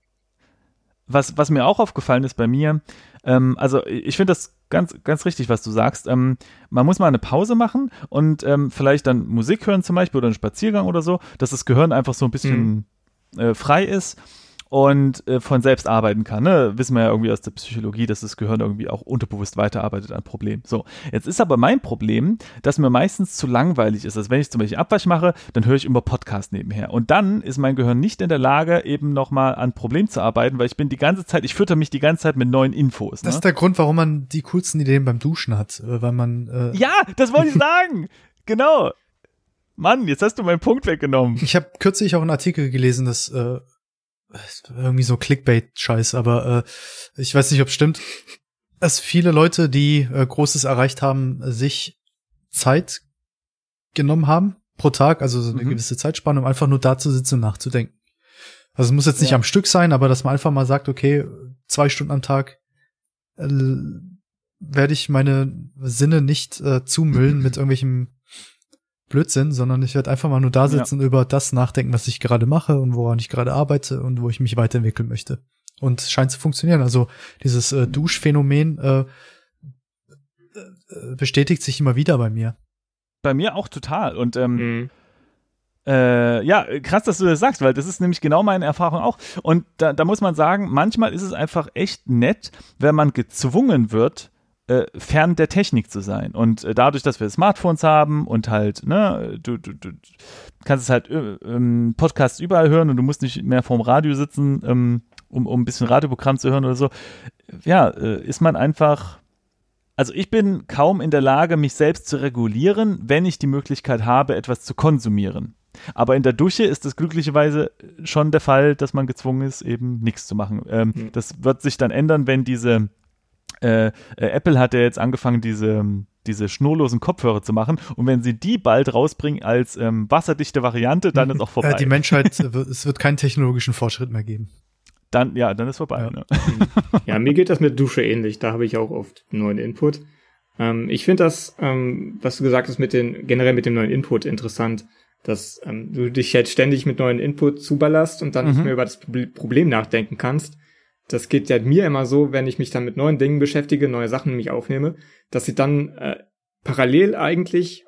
Speaker 2: Was mir auch aufgefallen ist bei mir, also ich finde das ganz, ganz richtig, was du sagst. Man muss mal eine Pause machen und vielleicht dann Musik hören zum Beispiel oder einen Spaziergang oder so, dass das Gehirn einfach so ein bisschen frei ist und von selbst arbeiten kann. Ne? Wissen wir ja irgendwie aus der Psychologie, dass das Gehirn irgendwie auch unterbewusst weiterarbeitet an Problemen. So, jetzt ist aber mein Problem, dass mir meistens zu langweilig ist. Also wenn ich zum Beispiel Abwasch mache, dann höre ich immer Podcast nebenher. Und dann ist mein Gehirn nicht in der Lage, eben nochmal an Problemen zu arbeiten, weil ich fütter mich die ganze Zeit mit neuen Infos. Ne?
Speaker 1: Das ist der Grund, warum man die coolsten Ideen beim Duschen hat, weil man
Speaker 2: Ja, das wollte ich sagen! Genau! Mann, jetzt hast du meinen Punkt weggenommen.
Speaker 1: Ich habe kürzlich auch einen Artikel gelesen, dass irgendwie so Clickbait-Scheiß, aber ich weiß nicht, ob es stimmt, dass viele Leute, die Großes erreicht haben, sich Zeit genommen haben pro Tag, also so eine gewisse Zeitspanne, um einfach nur da zu sitzen und nachzudenken. Also es muss jetzt nicht am Stück sein, aber dass man einfach mal sagt, okay, 2 Stunden am Tag werde ich meine Sinne nicht zumüllen mit irgendwelchem Blödsinn, sondern ich werde einfach mal nur da sitzen und über das nachdenken, was ich gerade mache und woran ich gerade arbeite und wo ich mich weiterentwickeln möchte. Und es scheint zu funktionieren. Also dieses Duschphänomen bestätigt sich immer wieder bei mir.
Speaker 2: Bei mir auch total. Und krass, dass du das sagst, weil das ist nämlich genau meine Erfahrung auch. Und da muss man sagen, manchmal ist es einfach echt nett, wenn man gezwungen wird, fern der Technik zu sein. Und dadurch, dass wir Smartphones haben und halt, ne, du kannst es halt Podcasts überall hören und du musst nicht mehr vorm Radio sitzen, um ein bisschen Radioprogramm zu hören oder so. Ja, ist man einfach, also ich bin kaum in der Lage, mich selbst zu regulieren, wenn ich die Möglichkeit habe, etwas zu konsumieren. Aber in der Dusche ist es glücklicherweise schon der Fall, dass man gezwungen ist, eben nichts zu machen. Das wird sich dann ändern, wenn diese Apple hat ja jetzt angefangen, diese schnurlosen Kopfhörer zu machen und wenn sie die bald rausbringen als wasserdichte Variante, dann ist auch vorbei.
Speaker 1: Die Menschheit, es wird keinen technologischen Fortschritt mehr geben.
Speaker 2: Dann ist vorbei.
Speaker 1: Ja.
Speaker 2: Ne?
Speaker 3: Ja, mir geht das mit Dusche ähnlich, da habe ich auch oft neuen Input. Ich finde das, was du gesagt hast, generell mit dem neuen Input interessant, dass du dich halt ständig mit neuen Input zuballerst und dann nicht mehr über das Problem nachdenken kannst. Das geht ja mir immer so, wenn ich mich dann mit neuen Dingen beschäftige, neue Sachen in mich aufnehme, dass ich dann parallel eigentlich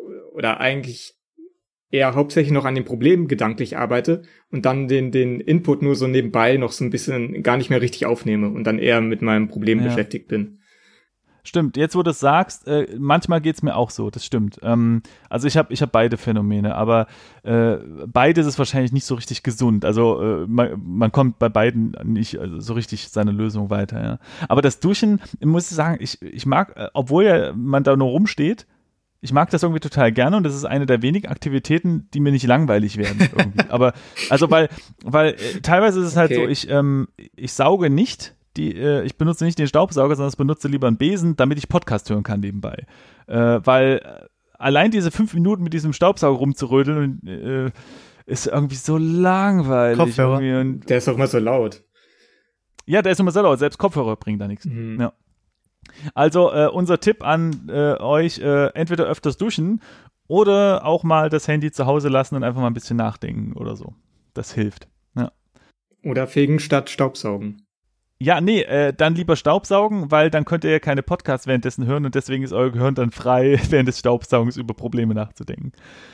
Speaker 3: eher hauptsächlich noch an dem Problem gedanklich arbeite und dann den Input nur so nebenbei noch so ein bisschen gar nicht mehr richtig aufnehme und dann eher mit meinem Problem beschäftigt bin.
Speaker 2: Stimmt, jetzt wo du es sagst, manchmal geht's mir auch so, das stimmt. Also ich hab beide Phänomene, aber beides ist wahrscheinlich nicht so richtig gesund. Also man kommt bei beiden nicht so richtig seine Lösung weiter. Ja. Aber das Duschen, muss ich sagen, ich mag, obwohl man da nur rumsteht, ich mag das irgendwie total gerne und das ist eine der wenigen Aktivitäten, die mir nicht langweilig werden irgendwie. Aber, also weil teilweise ist es halt so, ich sauge nicht, ich benutze nicht den Staubsauger, sondern ich benutze lieber einen Besen, damit ich Podcast hören kann nebenbei. Weil allein diese 5 Minuten mit diesem Staubsauger rumzurödeln ist irgendwie so langweilig.
Speaker 3: Kopfhörer. Und der ist doch immer so laut.
Speaker 2: Ja, der ist immer so laut. Selbst Kopfhörer bringen da nichts. Mhm. Ja. Also unser Tipp an euch, entweder öfters duschen oder auch mal das Handy zu Hause lassen und einfach mal ein bisschen nachdenken oder so. Das hilft. Ja.
Speaker 3: Oder fegen statt Staubsaugen.
Speaker 2: Ja, nee, dann lieber Staubsaugen, weil dann könnt ihr ja keine Podcasts währenddessen hören und deswegen ist euer Gehirn dann frei, während des Staubsaugens über Probleme nachzudenken.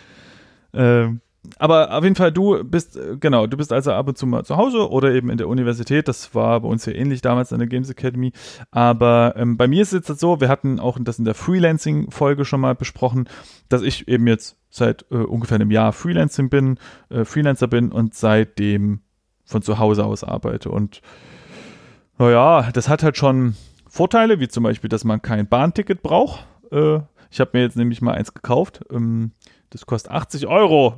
Speaker 2: Aber auf jeden Fall, du bist also ab und zu mal zu Hause oder eben in der Universität. Das war bei uns ja ähnlich damals an der Games Academy. Aber bei mir ist es jetzt so, wir hatten auch das in der Freelancing-Folge schon mal besprochen, dass ich eben jetzt seit ungefähr einem Jahr Freelancer bin und seitdem von zu Hause aus arbeite. Und naja, das hat halt schon Vorteile, wie zum Beispiel, dass man kein Bahnticket braucht. Ich habe mir jetzt nämlich mal eins gekauft. Das kostet 80 €.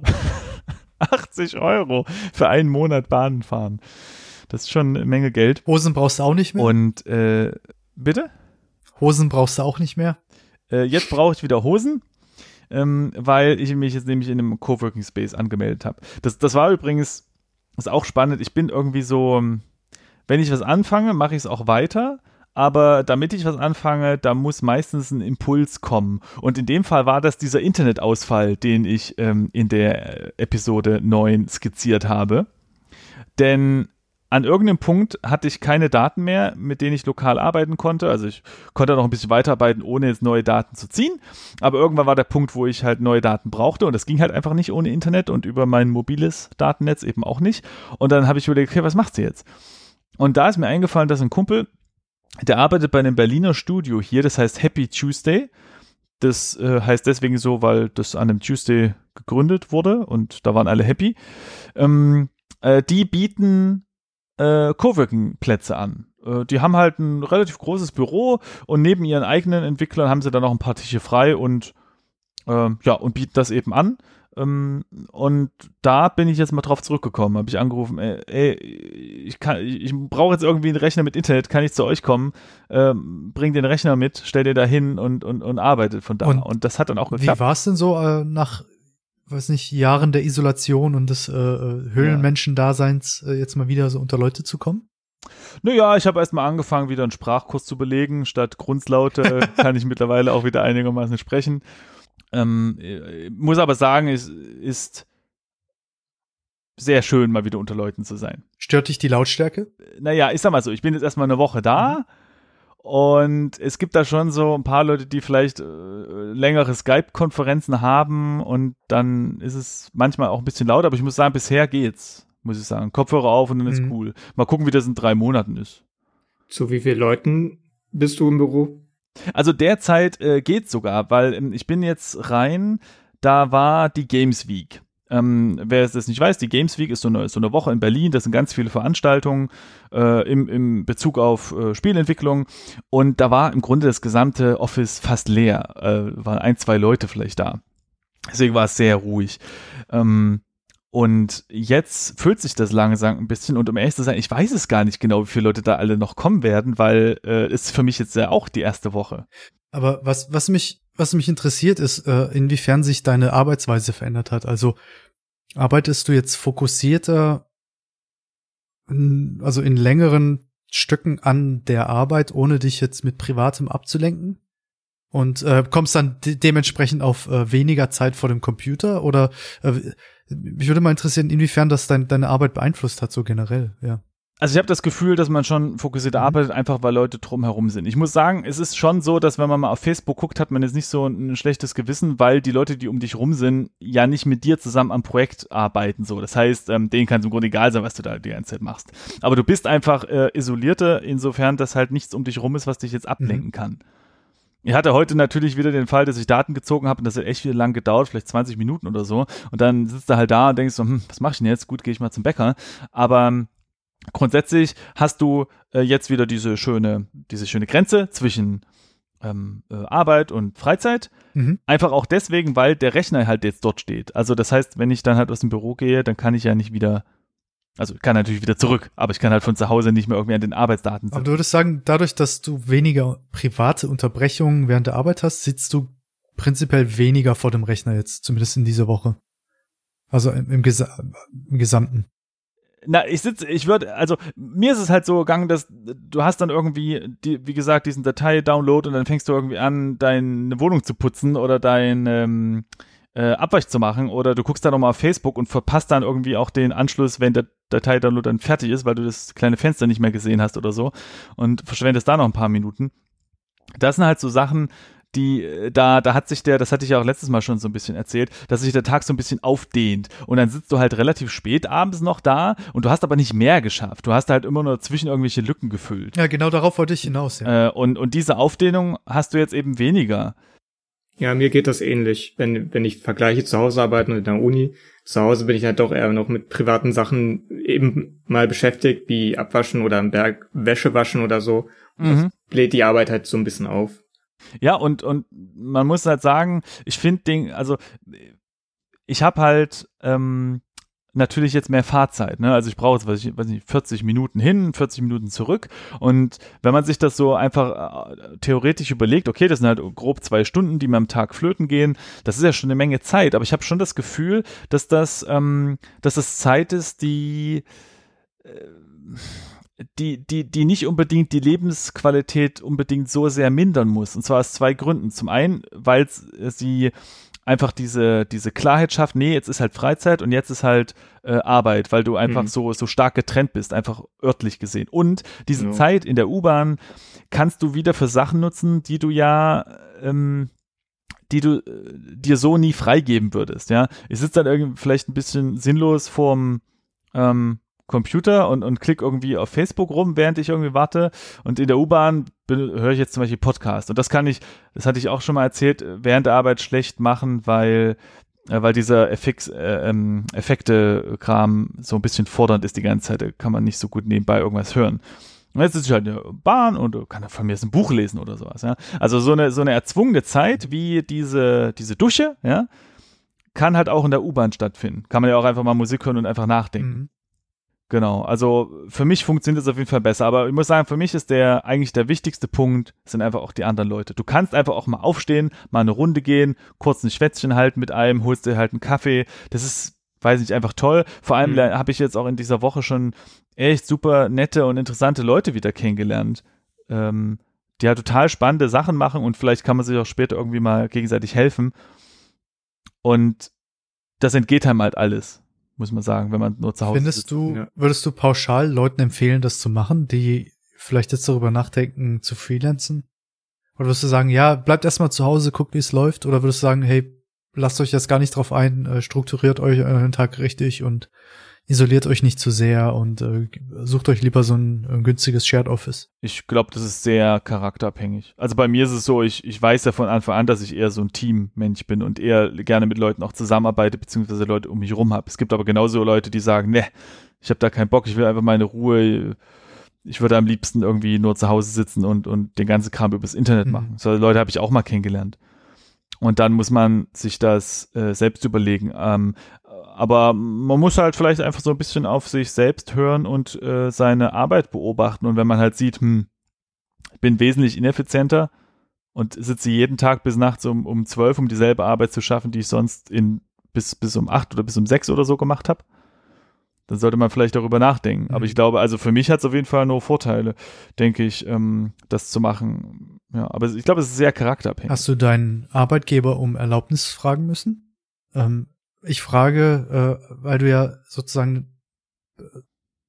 Speaker 2: 80 € für einen Monat Bahn fahren. Das ist schon eine Menge Geld.
Speaker 1: Hosen brauchst du auch nicht mehr?
Speaker 2: Und, bitte?
Speaker 1: Hosen brauchst du auch nicht mehr?
Speaker 2: Jetzt brauche ich wieder Hosen, weil ich mich jetzt nämlich in einem Coworking Space angemeldet habe. Das war übrigens, ist auch spannend. Ich bin irgendwie so, wenn ich was anfange, mache ich es auch weiter. Aber damit ich was anfange, da muss meistens ein Impuls kommen. Und in dem Fall war das dieser Internetausfall, den ich in der Episode 9 skizziert habe. Denn an irgendeinem Punkt hatte ich keine Daten mehr, mit denen ich lokal arbeiten konnte. Also ich konnte noch ein bisschen weiterarbeiten, ohne jetzt neue Daten zu ziehen. Aber irgendwann war der Punkt, wo ich halt neue Daten brauchte. Und das ging halt einfach nicht ohne Internet und über mein mobiles Datennetz eben auch nicht. Und dann habe ich überlegt, okay, was machst du jetzt? Und da ist mir eingefallen, dass ein Kumpel, der arbeitet bei einem Berliner Studio hier, das heißt Happy Tuesday. Das heißt deswegen so, weil das an einem Tuesday gegründet wurde und da waren alle happy. Die bieten Coworking-Plätze an. Die haben halt ein relativ großes Büro und neben ihren eigenen Entwicklern haben sie dann noch ein paar Tische frei und bieten das eben an. Und da bin ich jetzt mal drauf zurückgekommen, habe ich angerufen, ich brauche jetzt irgendwie einen Rechner mit Internet, kann ich zu euch kommen, bring den Rechner mit, stell den da hin und arbeitet von da. Und das hat dann auch geklappt.
Speaker 1: Wie war es denn so nach, weiß nicht, Jahren der Isolation und des Höhlenmenschen-Daseins jetzt mal wieder so unter Leute zu kommen?
Speaker 2: Naja, ich habe erstmal angefangen, wieder einen Sprachkurs zu belegen. Statt Grundlaute kann ich mittlerweile auch wieder einigermaßen sprechen. Muss aber sagen, es ist sehr schön, mal wieder unter Leuten zu sein.
Speaker 1: Stört dich die Lautstärke?
Speaker 2: Naja, ich sag mal so, ich bin jetzt erstmal eine Woche da und es gibt da schon so ein paar Leute, die vielleicht längere Skype-Konferenzen haben und dann ist es manchmal auch ein bisschen laut, aber ich muss sagen, bisher geht's, muss ich sagen. Kopfhörer auf und dann ist cool. Mal gucken, wie das in 3 Monaten ist.
Speaker 3: Zu wie vielen Leuten bist du im Büro?
Speaker 2: Also derzeit geht's sogar, weil ich bin jetzt rein, da war die Games Week. Wer es das nicht weiß, die Games Week ist so eine Woche in Berlin, das sind ganz viele Veranstaltungen im Bezug auf Spielentwicklung und da war im Grunde das gesamte Office fast leer, waren 1, 2 Leute vielleicht da. Deswegen war es sehr ruhig. Und jetzt füllt sich das langsam ein bisschen und um ehrlich zu sein, ich weiß es gar nicht genau, wie viele Leute da alle noch kommen werden, weil es für mich jetzt ja auch die erste Woche.
Speaker 1: Aber was mich interessiert ist, inwiefern sich deine Arbeitsweise verändert hat. Also arbeitest du jetzt fokussierter, also in längeren Stücken an der Arbeit, ohne dich jetzt mit Privatem abzulenken? Und kommst dann dementsprechend auf weniger Zeit vor dem Computer? Oder mich würde mal interessieren, inwiefern das deine Arbeit beeinflusst hat, so generell, ja.
Speaker 2: Also ich habe das Gefühl, dass man schon fokussiert arbeitet, einfach weil Leute drumherum sind. Ich muss sagen, es ist schon so, dass wenn man mal auf Facebook guckt, hat man jetzt nicht so ein schlechtes Gewissen, weil die Leute, die um dich rum sind, ja nicht mit dir zusammen am Projekt arbeiten. So, das heißt, denen kann es im Grunde egal sein, was du da die ganze Zeit machst. Aber du bist einfach isolierter, insofern, dass halt nichts um dich rum ist, was dich jetzt ablenken kann. Ich hatte heute natürlich wieder den Fall, dass ich Daten gezogen habe und das hat echt wieder lang gedauert, vielleicht 20 Minuten oder so. Und dann sitzt du halt da und denkst so, was mache ich denn jetzt? Gut, gehe ich mal zum Bäcker. Aber grundsätzlich hast du jetzt wieder diese schöne Grenze zwischen Arbeit und Freizeit. Einfach auch deswegen, weil der Rechner halt jetzt dort steht. Also das heißt, wenn ich dann halt aus dem Büro gehe, dann kann ich ja nicht wieder, also ich kann natürlich wieder zurück, aber ich kann halt von zu Hause nicht mehr irgendwie an den Arbeitsdaten sitzen.
Speaker 1: Aber du würdest sagen, dadurch, dass du weniger private Unterbrechungen während der Arbeit hast, sitzt du prinzipiell weniger vor dem Rechner jetzt, zumindest in dieser Woche. Also im Gesamten.
Speaker 2: Na, also mir ist es halt so gegangen, dass du hast dann irgendwie, wie gesagt, diesen Datei-Download und dann fängst du irgendwie an, deine Wohnung zu putzen oder dein Abwasch zu machen oder du guckst dann nochmal auf Facebook und verpasst dann irgendwie auch den Anschluss, wenn der Datei-Download dann fertig ist, weil du das kleine Fenster nicht mehr gesehen hast oder so und verschwendest da noch ein paar Minuten. Das sind halt so Sachen, da hat sich das hatte ich ja auch letztes Mal schon so ein bisschen erzählt, dass sich der Tag so ein bisschen aufdehnt und dann sitzt du halt relativ spät abends noch da und du hast aber nicht mehr geschafft. Du hast halt immer nur zwischen irgendwelche Lücken gefüllt.
Speaker 1: Ja, genau darauf wollte ich hinaus, ja.
Speaker 2: Und diese Aufdehnung hast du jetzt eben weniger.
Speaker 3: Ja, mir geht das ähnlich. Wenn ich vergleiche zu Hause arbeiten und in der Uni, zu Hause bin ich halt doch eher noch mit privaten Sachen eben mal beschäftigt, wie Abwaschen oder am Berg Wäsche waschen oder so. Das bläht die Arbeit halt so ein bisschen auf.
Speaker 2: Ja, und man muss halt sagen, ich finde ich habe halt natürlich jetzt mehr Fahrzeit, ne? Also ich brauche jetzt, weiß nicht, 40 Minuten hin, 40 Minuten zurück und wenn man sich das so einfach theoretisch überlegt, okay, das sind halt grob 2 Stunden, die mir am Tag flöten gehen, das ist ja schon eine Menge Zeit, aber ich habe schon das Gefühl, dass das Zeit ist, die nicht unbedingt die Lebensqualität unbedingt so sehr mindern muss. Und zwar aus 2 Gründen. Zum einen, weil sie einfach diese Klarheit schafft, nee, jetzt ist halt Freizeit und jetzt ist halt Arbeit, weil du einfach so stark getrennt bist, einfach örtlich gesehen. Und diese Zeit in der U-Bahn kannst du wieder für Sachen nutzen, die du ja die du dir so nie freigeben würdest, ja. Ich sitze dann irgendwie vielleicht ein bisschen sinnlos vorm Computer und klick irgendwie auf Facebook rum, während ich irgendwie warte und in der U-Bahn höre ich jetzt zum Beispiel Podcast und das hatte ich auch schon mal erzählt, während der Arbeit schlecht machen, weil dieser Effekte-Kram so ein bisschen fordernd ist die ganze Zeit, da kann man nicht so gut nebenbei irgendwas hören. Und jetzt sitze ich halt in der Bahn und kann von mir jetzt ein Buch lesen oder sowas, ja. Also so eine erzwungene Zeit wie diese Dusche, ja, kann halt auch in der U-Bahn stattfinden. Kann man ja auch einfach mal Musik hören und einfach nachdenken. Genau, also für mich funktioniert das auf jeden Fall besser, aber ich muss sagen, für mich ist eigentlich der wichtigste Punkt, sind einfach auch die anderen Leute. Du kannst einfach auch mal aufstehen, mal eine Runde gehen, kurz ein Schwätzchen halten mit einem, holst dir halt einen Kaffee, das ist, weiß nicht, einfach toll. Vor allem habe ich jetzt auch in dieser Woche schon echt super nette und interessante Leute wieder kennengelernt, die halt total spannende Sachen machen und vielleicht kann man sich auch später irgendwie mal gegenseitig helfen und das entgeht einem halt alles. Muss man sagen, wenn man nur zu Hause sitzt.
Speaker 1: Würdest du pauschal Leuten empfehlen, das zu machen, die vielleicht jetzt darüber nachdenken, zu freelancen? Oder würdest du sagen, ja, bleibt erstmal zu Hause, guckt, wie es läuft? Oder würdest du sagen, hey, lasst euch das gar nicht drauf ein, strukturiert euch euren Tag richtig und isoliert euch nicht zu sehr und sucht euch lieber so ein günstiges Shared Office?
Speaker 2: Ich glaube, das ist sehr charakterabhängig. Also bei mir ist es so, ich weiß ja von Anfang an, dass ich eher so ein Teammensch bin und eher gerne mit Leuten auch zusammenarbeite, beziehungsweise Leute um mich rum habe. Es gibt aber genauso Leute, die sagen, ne, ich habe da keinen Bock, ich will einfach meine Ruhe, ich würde am liebsten irgendwie nur zu Hause sitzen und den ganzen Kram übers Internet machen. So Leute habe ich auch mal kennengelernt. Und dann muss man sich das selbst überlegen. Aber man muss halt vielleicht einfach so ein bisschen auf sich selbst hören und seine Arbeit beobachten. Und wenn man halt sieht, ich bin wesentlich ineffizienter und sitze jeden Tag bis nachts um 12, um dieselbe Arbeit zu schaffen, die ich sonst bis um 8 oder bis um 6 oder so gemacht habe, dann sollte man vielleicht darüber nachdenken. Aber ich glaube, also für mich hat es auf jeden Fall nur Vorteile, denke ich, das zu machen. Ja, aber ich glaube, es ist sehr charakterabhängig.
Speaker 1: Hast du deinen Arbeitgeber um Erlaubnis fragen müssen? Ich frage, weil du ja sozusagen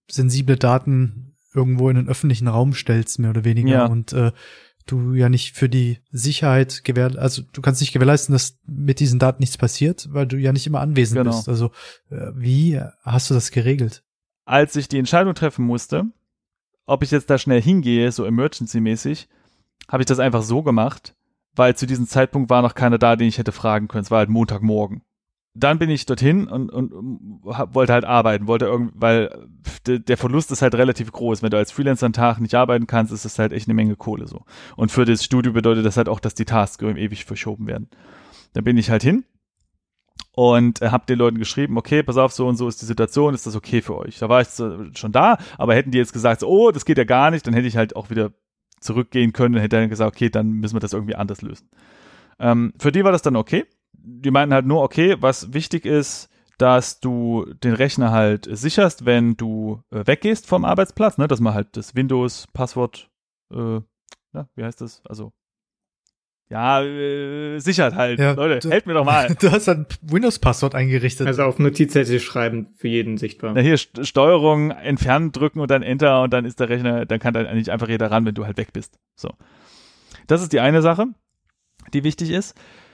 Speaker 1: sensible Daten irgendwo in den öffentlichen Raum stellst, mehr oder weniger.
Speaker 2: Ja.
Speaker 1: Und du ja nicht für die Sicherheit also du kannst nicht gewährleisten, dass mit diesen Daten nichts passiert, weil du ja nicht immer anwesend bist. Also wie hast du das geregelt?
Speaker 2: Als ich die Entscheidung treffen musste, ob ich jetzt da schnell hingehe, so emergency-mäßig, habe ich das einfach so gemacht, weil zu diesem Zeitpunkt war noch keiner da, den ich hätte fragen können. Es war halt Montagmorgen. Dann bin ich dorthin und wollte halt arbeiten, weil der Verlust ist halt relativ groß. Wenn du als Freelancer einen Tag nicht arbeiten kannst, ist das halt echt eine Menge Kohle so. Und für das Studio bedeutet das halt auch, dass die Tasks ewig verschoben werden. Dann bin ich halt hin und habe den Leuten geschrieben, okay, pass auf, so und so ist die Situation, ist das okay für euch? Da war ich schon da, aber hätten die jetzt gesagt, so, oh, das geht ja gar nicht, dann hätte ich halt auch wieder zurückgehen können und hätte dann gesagt, okay, dann müssen wir das irgendwie anders lösen. Für die war das dann okay. Die meinten halt nur, okay, was wichtig ist, dass du den Rechner halt sicherst, wenn du weggehst vom Arbeitsplatz, ne, dass man halt das Windows-Passwort, wie heißt das? Also, ja, sichert halt. Ja, Leute, helft mir doch mal.
Speaker 1: Du hast ein Windows-Passwort eingerichtet.
Speaker 3: Also auf Notizzettel schreiben, für jeden sichtbar.
Speaker 2: Na hier, Steuerung, entfernen drücken und dann Enter und dann ist der Rechner, dann kann da nicht einfach jeder ran, wenn du halt weg bist. So. Das ist die eine Sache, die wichtig ist.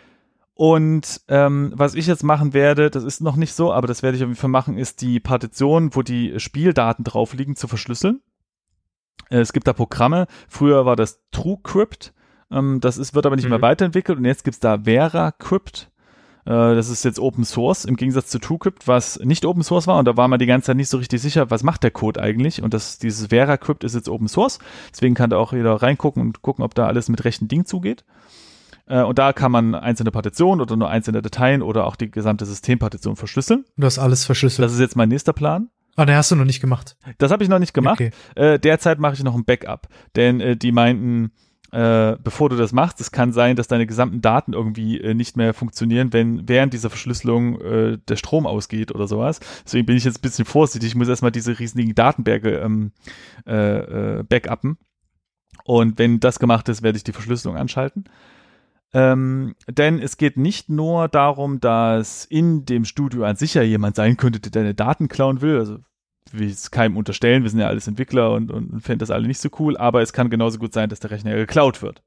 Speaker 2: Und was ich jetzt machen werde, das ist noch nicht so, aber das werde ich auf jeden Fall machen, ist die Partition, wo die Spieldaten drauf liegen, zu verschlüsseln. Es gibt da Programme. Früher war das TrueCrypt. Wird aber nicht mehr weiterentwickelt. Und jetzt gibt es da VeraCrypt. Das ist jetzt Open Source, im Gegensatz zu TrueCrypt, was nicht Open Source war. Und da war man die ganze Zeit nicht so richtig sicher, was macht der Code eigentlich. Und dieses VeraCrypt ist jetzt Open Source. Deswegen kann da auch jeder reingucken und gucken, ob da alles mit rechten Dingen zugeht. Und da kann man einzelne Partitionen oder nur einzelne Dateien oder auch die gesamte Systempartition verschlüsseln.
Speaker 1: Du hast alles verschlüsselt.
Speaker 2: Das ist jetzt mein nächster Plan.
Speaker 1: Ah, den hast du noch nicht gemacht.
Speaker 2: Das habe ich noch nicht gemacht. Okay. Derzeit mache ich noch ein Backup. Denn die meinten, bevor du das machst, es kann sein, dass deine gesamten Daten irgendwie nicht mehr funktionieren, wenn während dieser Verschlüsselung der Strom ausgeht oder sowas. Deswegen bin ich jetzt ein bisschen vorsichtig. Ich muss erstmal diese riesigen Datenberge backuppen. Und wenn das gemacht ist, werde ich die Verschlüsselung anschalten. Denn es geht nicht nur darum, dass in dem Studio an sich ja jemand sein könnte, der deine Daten klauen will, also will ich es keinem unterstellen, wir sind ja alles Entwickler und fänden das alle nicht so cool, aber es kann genauso gut sein, dass der Rechner geklaut wird.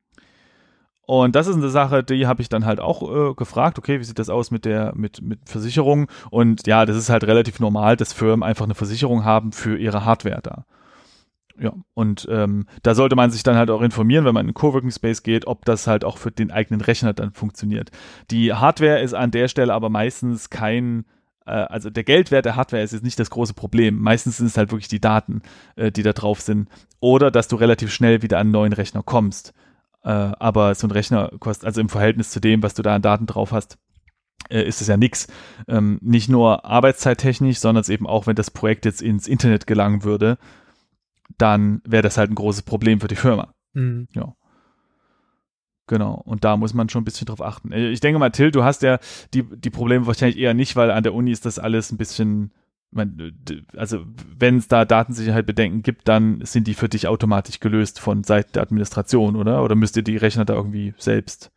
Speaker 2: Und das ist eine Sache, die habe ich dann halt auch gefragt, okay, wie sieht das aus mit Versicherungen? Und ja, das ist halt relativ normal, dass Firmen einfach eine Versicherung haben für ihre Hardware da. Ja, und da sollte man sich dann halt auch informieren, wenn man in einen Coworking Space geht, ob das halt auch für den eigenen Rechner dann funktioniert. Die Hardware ist an der Stelle aber meistens also der Geldwert der Hardware ist jetzt nicht das große Problem. Meistens sind es halt wirklich die Daten, die da drauf sind. Oder dass du relativ schnell wieder an einen neuen Rechner kommst. Aber so ein Rechner kostet, also im Verhältnis zu dem, was du da an Daten drauf hast, ist es ja nix. Nicht nur arbeitszeittechnisch, sondern eben auch, wenn das Projekt jetzt ins Internet gelangen würde, dann wäre das halt ein großes Problem für die Firma. Mhm. Ja. Genau. Und da muss man schon ein bisschen drauf achten. Ich denke mal, Till, du hast ja die Probleme wahrscheinlich eher nicht, weil an der Uni ist das alles ein bisschen, also wenn es da Datensicherheit-Bedenken gibt, dann sind die für dich automatisch gelöst von Seiten der Administration, oder? Oder müsst ihr die Rechner da irgendwie selbst?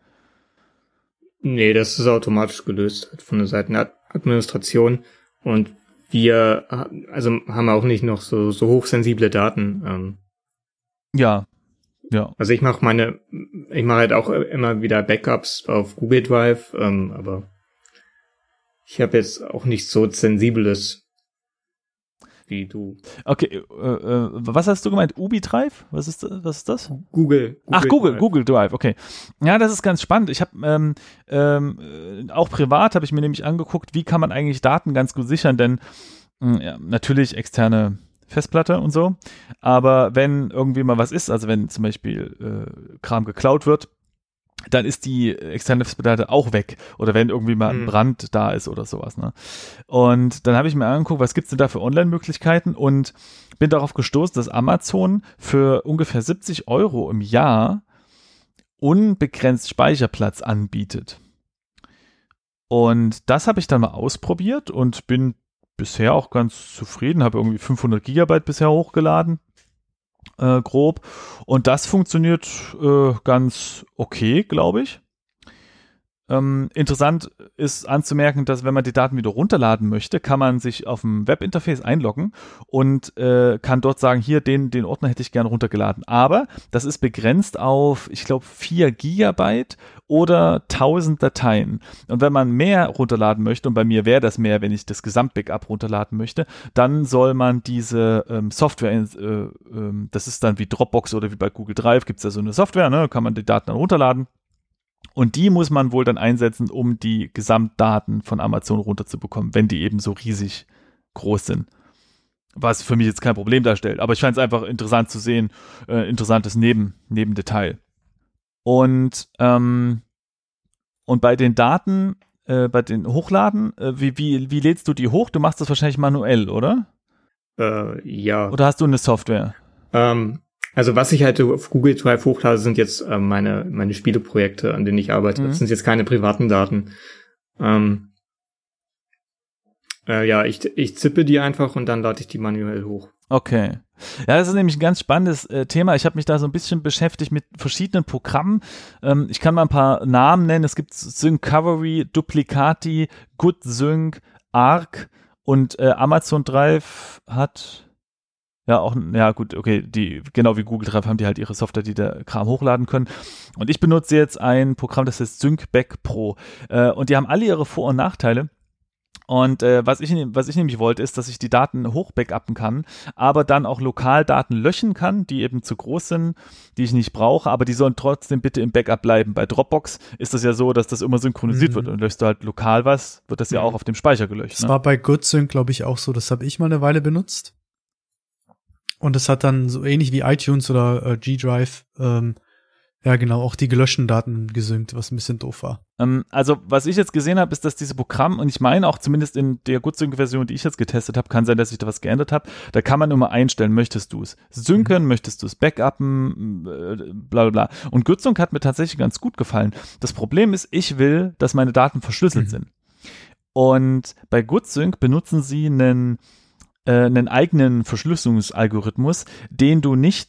Speaker 3: Nee, das ist automatisch gelöst von der Seite der Administration. Und wir haben auch nicht noch so hochsensible Daten.
Speaker 2: Ja.
Speaker 3: Also ich mache halt auch immer wieder Backups auf Google Drive, aber ich habe jetzt auch nichts so Sensibles wie du.
Speaker 2: Okay, was hast du gemeint? Ubi Drive? Was ist das?
Speaker 3: Google
Speaker 2: Drive. Google Drive, okay. Ja, das ist ganz spannend. Ich habe auch privat habe ich mir nämlich angeguckt, wie kann man eigentlich Daten ganz gut sichern, denn natürlich externe Festplatte und so, aber wenn irgendwie mal was ist, also wenn zum Beispiel Kram geklaut wird, dann ist die externe Festplatte auch weg. Oder wenn irgendwie mal ein Brand da ist oder sowas. Ne? Und dann habe ich mir angeguckt, was gibt es denn da für Online-Möglichkeiten, und bin darauf gestoßen, dass Amazon für ungefähr 70 € im Jahr unbegrenzt Speicherplatz anbietet. Und das habe ich dann mal ausprobiert und bin bisher auch ganz zufrieden, habe irgendwie 500 Gigabyte bisher hochgeladen. Grob. Und das funktioniert ganz okay, glaube ich. Interessant ist anzumerken, dass wenn man die Daten wieder runterladen möchte, kann man sich auf dem Webinterface einloggen und kann dort sagen, hier, den Ordner hätte ich gerne runtergeladen. Aber das ist begrenzt auf, ich glaube, 4 Gigabyte oder 1000 Dateien. Und wenn man mehr runterladen möchte, und bei mir wäre das mehr, wenn ich das Gesamtbackup runterladen möchte, dann soll man diese Software, das ist dann wie Dropbox oder wie bei Google Drive, gibt es ja so eine Software, ne, kann man die Daten dann runterladen. Und die muss man wohl dann einsetzen, um die Gesamtdaten von Amazon runterzubekommen, wenn die eben so riesig groß sind. Was für mich jetzt kein Problem darstellt. Aber ich fand es einfach interessant zu sehen, interessantes Nebendetail. Und bei den Daten, bei den Hochladen, wie lädst du die hoch? Du machst das wahrscheinlich manuell, oder?
Speaker 3: Ja.
Speaker 2: Oder hast du eine Software?
Speaker 3: Also was ich halt auf Google Drive hochlade, sind jetzt meine Spieleprojekte, an denen ich arbeite. Das sind jetzt keine privaten Daten. Ich zippe die einfach und dann lade ich die manuell hoch.
Speaker 2: Okay. Ja, das ist nämlich ein ganz spannendes Thema. Ich habe mich da so ein bisschen beschäftigt mit verschiedenen Programmen. Ich kann mal ein paar Namen nennen. Es gibt Syncovery, Duplicati, GoodSync, Arc und Amazon Drive hat gut, okay, genau wie Google Drive haben die halt ihre Software, die der Kram hochladen können. Und ich benutze jetzt ein Programm, das heißt SyncBack Pro. Und die haben alle ihre Vor- und Nachteile. Und was ich nämlich wollte, ist, dass ich die Daten hochbackuppen kann, aber dann auch lokal Daten löschen kann, die eben zu groß sind, die ich nicht brauche, aber die sollen trotzdem bitte im Backup bleiben. Bei Dropbox ist das ja so, dass das immer synchronisiert wird und löschst du halt lokal was, wird das ja auch auf dem Speicher gelöscht.
Speaker 1: Das war bei GoodSync, glaube ich, auch so. Das habe ich mal eine Weile benutzt. Und es hat dann so ähnlich wie iTunes oder G-Drive, auch die gelöschten Daten gesynkt, was ein bisschen doof war.
Speaker 2: Also, was ich jetzt gesehen habe, ist, dass diese Programme, und ich meine auch zumindest in der GoodSync-Version, die ich jetzt getestet habe, kann sein, dass ich da was geändert habe, da kann man immer einstellen, möchtest du es synken, möchtest du es backuppen, bla bla bla. Und GoodSync hat mir tatsächlich ganz gut gefallen. Das Problem ist, ich will, dass meine Daten verschlüsselt sind. Und bei GoodSync benutzen sie einen eigenen Verschlüsselungsalgorithmus, den du nicht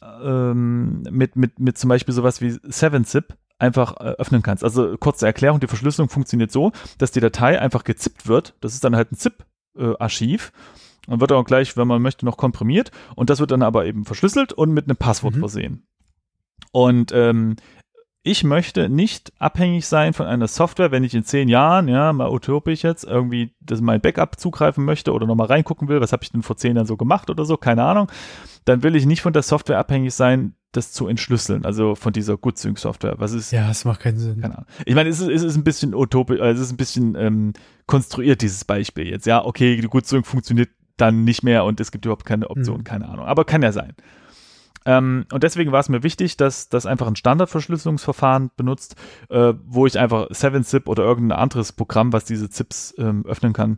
Speaker 2: mit zum Beispiel sowas wie 7-Zip einfach öffnen kannst. Also kurze Erklärung, die Verschlüsselung funktioniert so, dass die Datei einfach gezippt wird. Das ist dann halt ein ZIP-Archiv und wird auch gleich, wenn man möchte, noch komprimiert und das wird dann aber eben verschlüsselt und mit einem Passwort versehen. Und ich möchte nicht abhängig sein von einer Software, wenn ich in 10 Jahren, ja, mal utopisch jetzt, irgendwie mein Backup zugreifen möchte oder nochmal reingucken will, was habe ich denn vor 10 Jahren so gemacht oder so, keine Ahnung, dann will ich nicht von der Software abhängig sein, das zu entschlüsseln, also von dieser GoodSync-Software.
Speaker 1: Ja, das macht keinen Sinn.
Speaker 2: Keine Ahnung. Ich meine, es ist ein bisschen utopisch, es ist ein bisschen konstruiert, dieses Beispiel jetzt. Ja, okay, die GoodSync funktioniert dann nicht mehr und es gibt überhaupt keine Option, keine Ahnung, aber kann ja sein. Und deswegen war es mir wichtig, dass das einfach ein Standardverschlüsselungsverfahren benutzt, wo ich einfach 7-Zip oder irgendein anderes Programm, was diese Zips öffnen kann,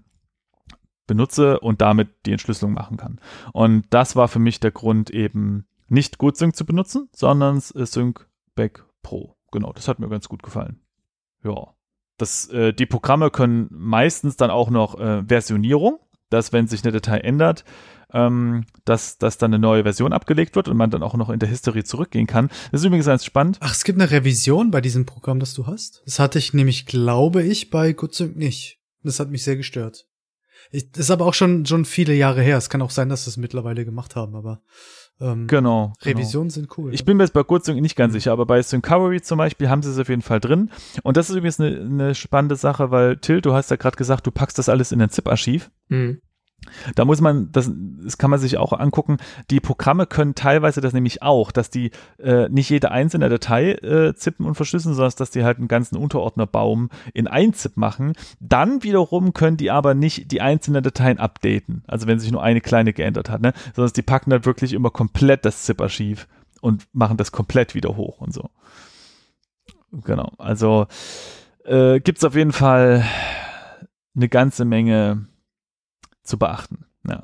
Speaker 2: benutze und damit die Entschlüsselung machen kann. Und das war für mich der Grund, eben nicht GoodSync zu benutzen, sondern SyncBack Pro. Genau, das hat mir ganz gut gefallen. Ja. Die Programme können meistens dann auch noch Versionierung, dass wenn sich eine Datei ändert, dass dann eine neue Version abgelegt wird und man dann auch noch in der History zurückgehen kann. Das ist übrigens ganz spannend.
Speaker 1: Ach, es gibt eine Revision bei diesem Programm, das du hast? Das hatte ich nämlich, glaube ich, bei GoodSync nicht. Das hat mich sehr gestört. Das ist aber auch schon viele Jahre her. Es kann auch sein, dass sie es mittlerweile gemacht haben, aber
Speaker 2: genau.
Speaker 1: Revisionen sind cool.
Speaker 2: Ich bin mir jetzt bei GoodSync nicht ganz sicher, aber bei Syncovery zum Beispiel haben sie es auf jeden Fall drin. Und das ist übrigens eine spannende Sache, weil Till, du hast ja gerade gesagt, du packst das alles in ein ZIP-Archiv. Da muss man, das kann man sich auch angucken, die Programme können teilweise das nämlich auch, dass die nicht jede einzelne Datei zippen und verschlüsseln, sondern dass die halt einen ganzen Unterordnerbaum in ein ZIP machen. Dann wiederum können die aber nicht die einzelnen Dateien updaten, also wenn sich nur eine kleine geändert hat, ne? Sondern die packen dann wirklich immer komplett das ZIP-Archiv und machen das komplett wieder hoch und so. Genau, also gibt es auf jeden Fall eine ganze Menge zu beachten. Ja.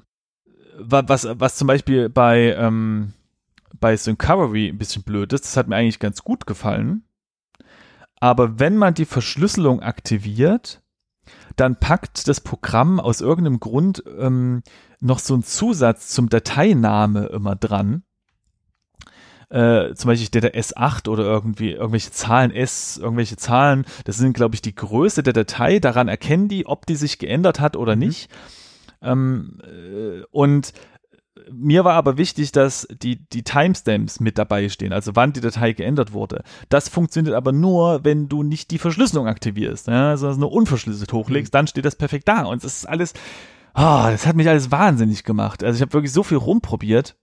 Speaker 2: Was zum Beispiel bei Syncovery ein bisschen blöd ist, das hat mir eigentlich ganz gut gefallen, aber wenn man die Verschlüsselung aktiviert, dann packt das Programm aus irgendeinem Grund noch so einen Zusatz zum Dateiname immer dran. zum Beispiel der S8 oder irgendwelche Zahlen irgendwelche Zahlen, das sind, glaube ich, die Größe der Datei, daran erkennen die, ob die sich geändert hat oder nicht. Und mir war aber wichtig, dass die Timestamps mit dabei stehen, also wann die Datei geändert wurde. Das funktioniert aber nur, wenn du nicht die Verschlüsselung aktivierst, sondern nur unverschlüsselt hochlegst, dann steht das perfekt da. Und das ist alles, das hat mich alles wahnsinnig gemacht. Also ich habe wirklich so viel rumprobiert.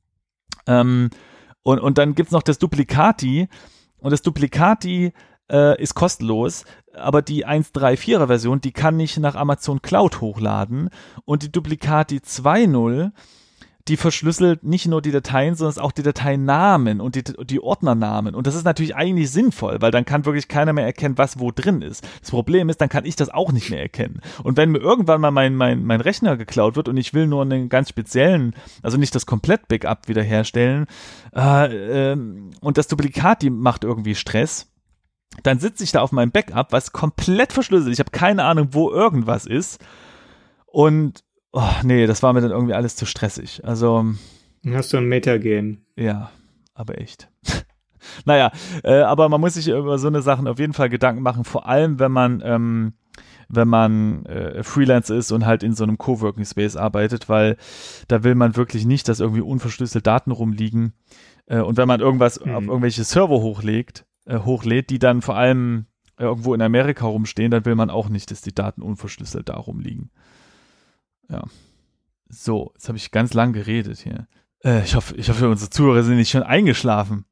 Speaker 2: Und dann gibt's noch das Duplicati. Und das Duplicati ist kostenlos, aber die 1.3.4er Version, die kann nicht nach Amazon Cloud hochladen. Und die Duplicati 2.0, die verschlüsselt nicht nur die Dateien, sondern auch die Dateinamen und die Ordnernamen. Und das ist natürlich eigentlich sinnvoll, weil dann kann wirklich keiner mehr erkennen, was wo drin ist. Das Problem ist, dann kann ich das auch nicht mehr erkennen. Und wenn mir irgendwann mal mein Rechner geklaut wird und ich will nur einen ganz speziellen, also nicht das Komplett-Backup wiederherstellen, und das Duplicati macht irgendwie Stress, dann sitze ich da auf meinem Backup, was komplett verschlüsselt. Ich habe keine Ahnung, wo irgendwas ist. Und nee, das war mir dann irgendwie alles zu stressig. Also.
Speaker 3: Dann hast du ein Metagame.
Speaker 2: Ja, aber echt. Naja, aber man muss sich über so eine Sachen auf jeden Fall Gedanken machen, vor allem wenn man Freelancer ist und halt in so einem Coworking Space arbeitet, weil da will man wirklich nicht, dass irgendwie unverschlüsselte Daten rumliegen. Und wenn man irgendwas auf irgendwelche Server hochlädt, die dann vor allem irgendwo in Amerika rumstehen, dann will man auch nicht, dass die Daten unverschlüsselt da rumliegen. Ja. So, jetzt habe ich ganz lang geredet hier. Ich hoffe, unsere Zuhörer sind nicht schon eingeschlafen.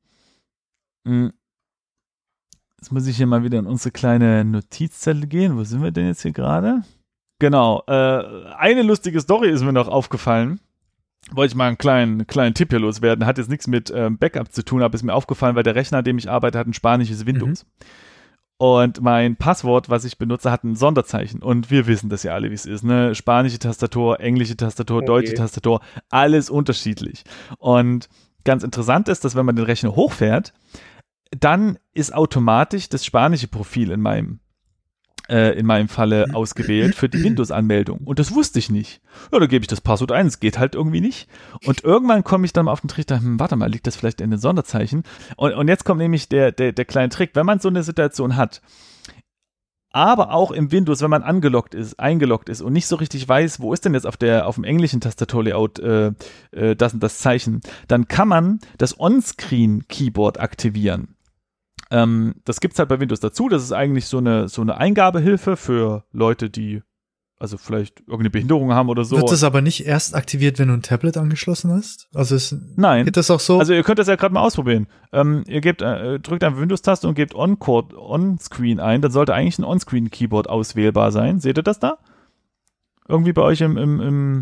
Speaker 2: Jetzt muss ich hier mal wieder in unsere kleine Notizzettel gehen. Wo sind wir denn jetzt hier gerade? Genau. Eine lustige Story ist mir noch aufgefallen. Wollte ich mal einen kleinen Tipp hier loswerden. Hat jetzt nichts mit Backup zu tun, aber ist mir aufgefallen, weil der Rechner, an dem ich arbeite, hat ein spanisches Windows. Und mein Passwort, was ich benutze, hat ein Sonderzeichen. Und wir wissen das ja alle, wie es ist, ne? Spanische Tastatur, englische Tastatur, deutsche Tastatur, alles unterschiedlich. Und ganz interessant ist, dass wenn man den Rechner hochfährt, dann ist automatisch das spanische Profil in meinem Falle ausgewählt für die Windows-Anmeldung. Und das wusste ich nicht. Ja, da gebe ich das Passwort ein, es geht halt irgendwie nicht. Und irgendwann komme ich dann mal auf den Trichter, warte mal, liegt das vielleicht in den Sonderzeichen? Und jetzt kommt nämlich der kleine Trick, wenn man so eine Situation hat, aber auch im Windows, wenn man eingeloggt ist und nicht so richtig weiß, wo ist denn jetzt auf dem englischen Tastaturlayout das und das Zeichen, dann kann man das On-Screen-Keyboard aktivieren. Das gibt's halt bei Windows dazu. Das ist eigentlich so eine Eingabehilfe für Leute, die also vielleicht irgendeine Behinderung haben oder so.
Speaker 1: Wird das aber nicht erst aktiviert, wenn du ein Tablet angeschlossen hast?
Speaker 2: Nein.
Speaker 1: Geht das auch so?
Speaker 2: Also ihr könnt das ja gerade mal ausprobieren. Ihr drückt eine Windows-Taste und gebt On-Screen ein. Dann sollte eigentlich ein On-Screen-Keyboard auswählbar sein. Seht ihr das da? Irgendwie bei euch im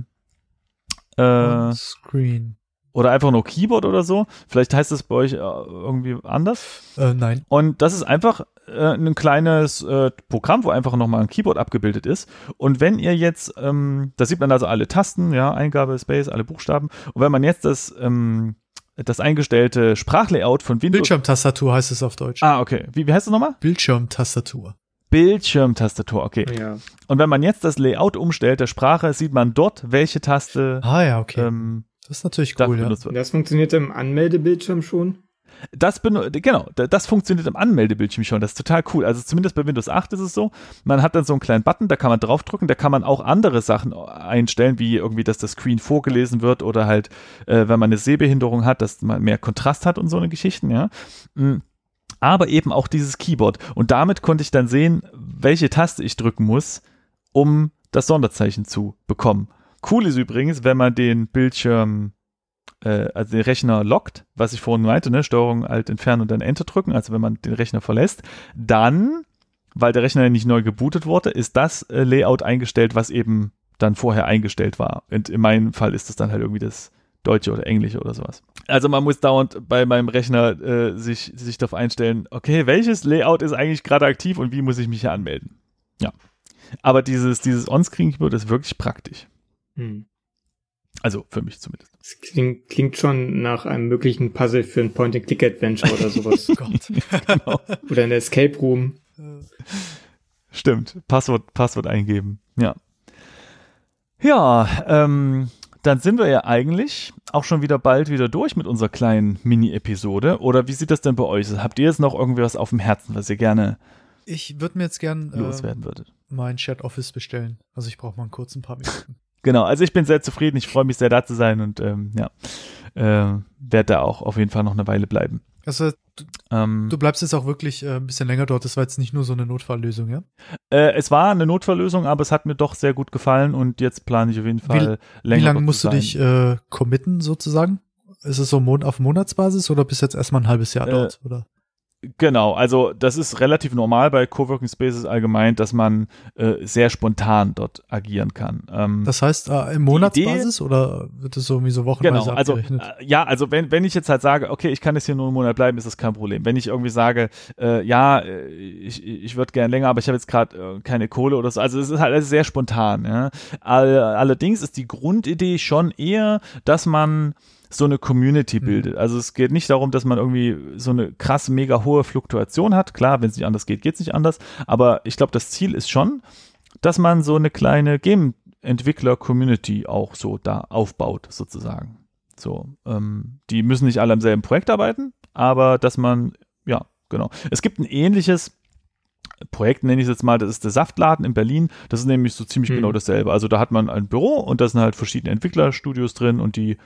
Speaker 1: On-Screen.
Speaker 2: Oder einfach nur Keyboard oder so. Vielleicht heißt das bei euch irgendwie anders.
Speaker 1: Nein.
Speaker 2: Und das ist einfach ein kleines Programm, wo einfach nochmal ein Keyboard abgebildet ist. Und wenn ihr jetzt, da sieht man also alle Tasten, ja, Eingabe, Space, alle Buchstaben. Und wenn man jetzt das eingestellte Sprachlayout von Windows...
Speaker 1: Bildschirmtastatur heißt es auf Deutsch.
Speaker 2: Ah, okay. Wie heißt das nochmal?
Speaker 1: Bildschirmtastatur,
Speaker 2: okay.
Speaker 3: Ja.
Speaker 2: Und wenn man jetzt das Layout umstellt, der Sprache, sieht man dort, welche Taste...
Speaker 1: ja, okay. Das ist natürlich cool, ja.
Speaker 3: Das funktioniert im Anmeldebildschirm schon?
Speaker 2: Das funktioniert im Anmeldebildschirm schon, das ist total cool. Also zumindest bei Windows 8 ist es so, man hat dann so einen kleinen Button, da kann man draufdrücken, da kann man auch andere Sachen einstellen, wie irgendwie, dass das Screen vorgelesen wird oder halt, wenn man eine Sehbehinderung hat, dass man mehr Kontrast hat und so eine Geschichten, ja. Aber eben auch dieses Keyboard. Und damit konnte ich dann sehen, welche Taste ich drücken muss, um das Sonderzeichen zu bekommen. Cool ist übrigens, wenn man den Bildschirm, also den Rechner lockt, was ich vorhin meinte, ne, Steuerung Alt entfernen und dann Enter drücken, also wenn man den Rechner verlässt, dann, weil der Rechner nicht neu gebootet wurde, ist das Layout eingestellt, was eben dann vorher eingestellt war. Und in meinem Fall ist das dann halt irgendwie das Deutsche oder Englische oder sowas. Also man muss dauernd bei meinem Rechner sich darauf einstellen, okay, welches Layout ist eigentlich gerade aktiv und wie muss ich mich hier anmelden? Ja. Aber dieses On-Screen-Keyboard ist wirklich praktisch. Also für mich zumindest.
Speaker 3: Das klingt schon nach einem möglichen Puzzle für ein Point-and-Click-Adventure oder sowas.
Speaker 1: Oh Gott.
Speaker 2: Genau.
Speaker 3: Oder ein Escape Room.
Speaker 2: Stimmt. Passwort eingeben. Ja. Ja, dann dann sind wir ja eigentlich auch schon bald wieder durch mit unserer kleinen Mini-Episode. Oder wie sieht das denn bei euch? Habt ihr jetzt noch irgendwie was auf dem Herzen, was ihr gerne
Speaker 1: Ich würde mir jetzt gern
Speaker 2: loswerden würdet?
Speaker 1: mein Shared Office bestellen. Also ich brauche mal kurz ein paar Minuten.
Speaker 2: Genau, also ich bin sehr zufrieden. Ich freue mich sehr, da zu sein und werde da auch auf jeden Fall noch eine Weile bleiben.
Speaker 1: Also du bleibst jetzt auch wirklich ein bisschen länger dort. Das war jetzt nicht nur so eine Notfalllösung, ja?
Speaker 2: Es war eine Notfalllösung, aber es hat mir doch sehr gut gefallen und jetzt plane ich auf jeden Fall länger.
Speaker 1: Wie lange musst du dich committen sozusagen? Ist es so auf Monatsbasis oder bist du jetzt erstmal ein halbes Jahr dort? Oder?
Speaker 2: Genau, also das ist relativ normal bei Coworking Spaces allgemein, dass man sehr spontan dort agieren kann.
Speaker 1: Das heißt, im Monatsbasis oder wird es so irgendwie so wochenweise abgerechnet?
Speaker 2: Also wenn ich jetzt halt sage, okay, ich kann jetzt hier nur einen Monat bleiben, ist das kein Problem. Wenn ich irgendwie sage, ich würde gerne länger, aber ich habe jetzt gerade keine Kohle oder so, also es ist halt alles sehr spontan. Ja? Allerdings ist die Grundidee schon eher, dass man so eine Community bildet. Also es geht nicht darum, dass man irgendwie so eine krass mega hohe Fluktuation hat. Klar, wenn es nicht anders geht, geht es nicht anders. Aber ich glaube, das Ziel ist schon, dass man so eine kleine Game-Entwickler-Community auch so da aufbaut, sozusagen. So, die müssen nicht alle am selben Projekt arbeiten, aber dass man, ja, genau. Es gibt ein ähnliches Projekt, nenne ich es jetzt mal, das ist der Saftladen in Berlin. Das ist nämlich so ziemlich genau dasselbe. Also da hat man ein Büro und da sind halt verschiedene Entwicklerstudios drin und die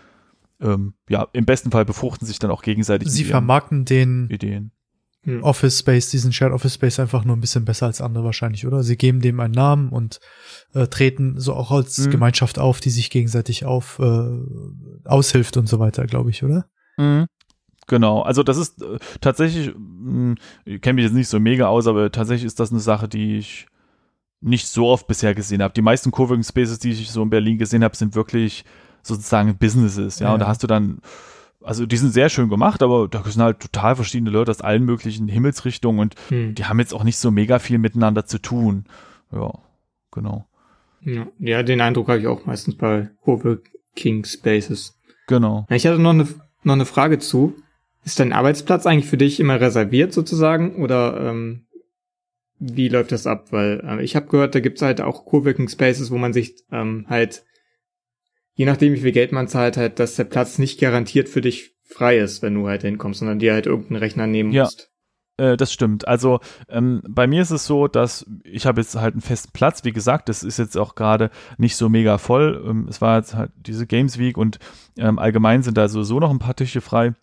Speaker 2: im besten Fall befruchten sich dann auch gegenseitig.
Speaker 1: Sie vermarkten den
Speaker 2: Ideen.
Speaker 1: Office Space, diesen Shared Office Space einfach nur ein bisschen besser als andere wahrscheinlich, oder? Sie geben dem einen Namen und treten so auch als Gemeinschaft auf, die sich gegenseitig aushilft und so weiter, glaube ich, oder?
Speaker 2: Genau, also das ist tatsächlich, ich kenne mich jetzt nicht so mega aus, aber tatsächlich ist das eine Sache, die ich nicht so oft bisher gesehen habe. Die meisten Coworking Spaces, die ich so in Berlin gesehen habe, sind wirklich sozusagen Businesses, ja, und da hast du dann, also die sind sehr schön gemacht, aber da sind halt total verschiedene Leute aus allen möglichen Himmelsrichtungen und die haben jetzt auch nicht so mega viel miteinander zu tun. Ja, genau.
Speaker 3: Ja, den Eindruck habe ich auch meistens bei Coworking Spaces.
Speaker 2: Genau.
Speaker 3: Ich hatte noch eine Frage zu. Ist dein Arbeitsplatz eigentlich für dich immer reserviert sozusagen oder wie läuft das ab? Weil ich habe gehört, da gibt's halt auch Coworking Spaces, wo man sich halt je nachdem, wie viel Geld man zahlt, halt, dass der Platz nicht garantiert für dich frei ist, wenn du halt hinkommst, sondern dir halt irgendeinen Rechner nehmen musst.
Speaker 2: Das stimmt. Also bei mir ist es so, dass ich habe jetzt halt einen festen Platz. Wie gesagt, das ist jetzt auch gerade nicht so mega voll. Es war jetzt halt diese Games Week und allgemein sind da sowieso noch ein paar Tische frei.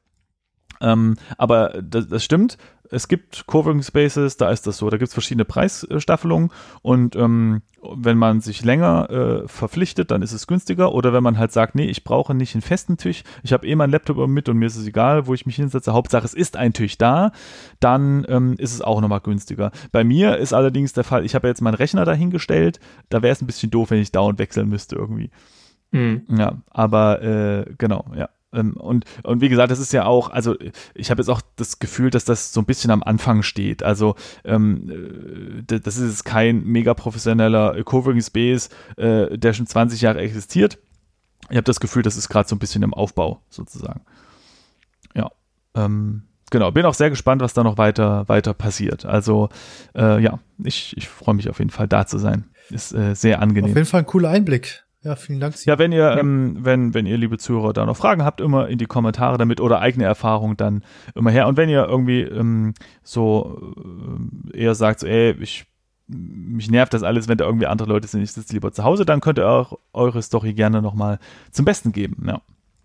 Speaker 2: Aber das stimmt. Es gibt Coworking Spaces, da ist das so. Da gibt es verschiedene Preisstaffelungen und wenn man sich länger verpflichtet, dann ist es günstiger. Oder wenn man halt sagt, nee, ich brauche nicht einen festen Tisch, ich habe meinen Laptop mit und mir ist es egal, wo ich mich hinsetze. Hauptsache, es ist ein Tisch da, dann ist es auch nochmal günstiger. Bei mir ist allerdings der Fall, ich habe jetzt meinen Rechner dahingestellt, da wäre es ein bisschen doof, wenn ich dauernd wechseln müsste irgendwie. Ja, aber genau, ja. Und wie gesagt, das ist ja auch, also ich habe jetzt auch das Gefühl, dass das so ein bisschen am Anfang steht. Also das ist jetzt kein mega professioneller Coworking Space, der schon 20 Jahre existiert. Ich habe das Gefühl, das ist gerade so ein bisschen im Aufbau sozusagen. Ja, genau. Bin auch sehr gespannt, was da noch weiter passiert. Also ich freue mich auf jeden Fall, da zu sein. Ist sehr angenehm.
Speaker 1: Auf jeden Fall ein cooler Einblick. Ja, vielen Dank.
Speaker 2: Ja, wenn ihr, wenn ihr, liebe Zuhörer, da noch Fragen habt, immer in die Kommentare damit oder eigene Erfahrungen dann immer her. Und wenn ihr irgendwie eher sagt, so, mich nervt das alles, wenn da irgendwie andere Leute sind, ich sitze lieber zu Hause, dann könnt ihr auch eure Story gerne nochmal zum Besten geben. Ja.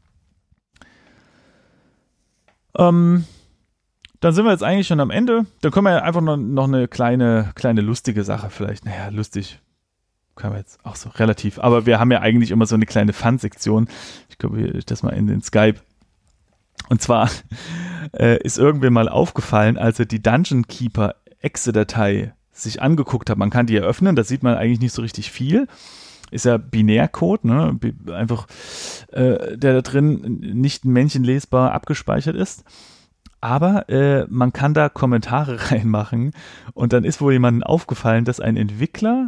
Speaker 2: Dann sind wir jetzt eigentlich schon am Ende. Dann können wir einfach noch eine kleine lustige Sache vielleicht. Naja, lustig. Können wir jetzt auch so relativ, aber wir haben ja eigentlich immer so eine kleine Fun-Sektion. Ich glaube, das mal in den Skype. Und zwar ist irgendwem mal aufgefallen, als er die Dungeon Keeper Exe-Datei sich angeguckt hat. Man kann die eröffnen, da sieht man eigentlich nicht so richtig viel. Ist ja Binärcode, ne? Einfach, der da drin nicht menschenlesbar abgespeichert ist. Aber man kann da Kommentare reinmachen und dann ist wohl jemandem aufgefallen, dass ein Entwickler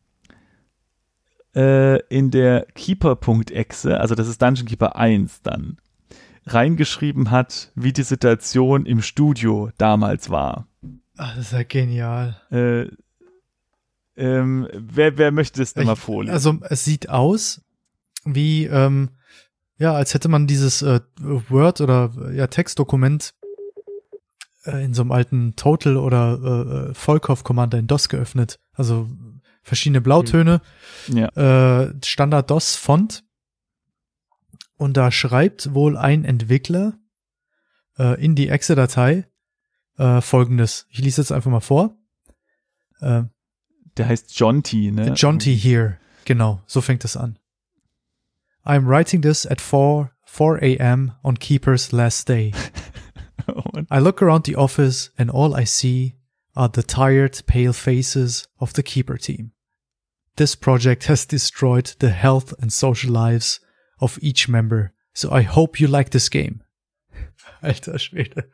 Speaker 2: in der Keeper.exe, also das ist Dungeon Keeper 1 dann, reingeschrieben hat, wie die Situation im Studio damals war.
Speaker 1: Ach, das ist ja genial.
Speaker 2: Wer möchte es denn mal vorlesen?
Speaker 1: Also es sieht aus, wie, als hätte man dieses Word- oder Textdokument in so einem alten Total- oder Volkov-Commander in DOS geöffnet. Also verschiedene Blautöne, Standard-DOS-Font. Und da schreibt wohl ein Entwickler in die Exe-Datei Folgendes. Ich lese jetzt einfach mal vor.
Speaker 2: Der heißt Jonty, ne?
Speaker 1: Jonty here. Genau, so fängt es an. I'm writing this at 4 a.m. on Keeper's last day. I look around the office and all I see are the tired, pale faces of the Keeper team. This project has destroyed the health and social lives of each member, so I hope you like this game. Alter Schwede.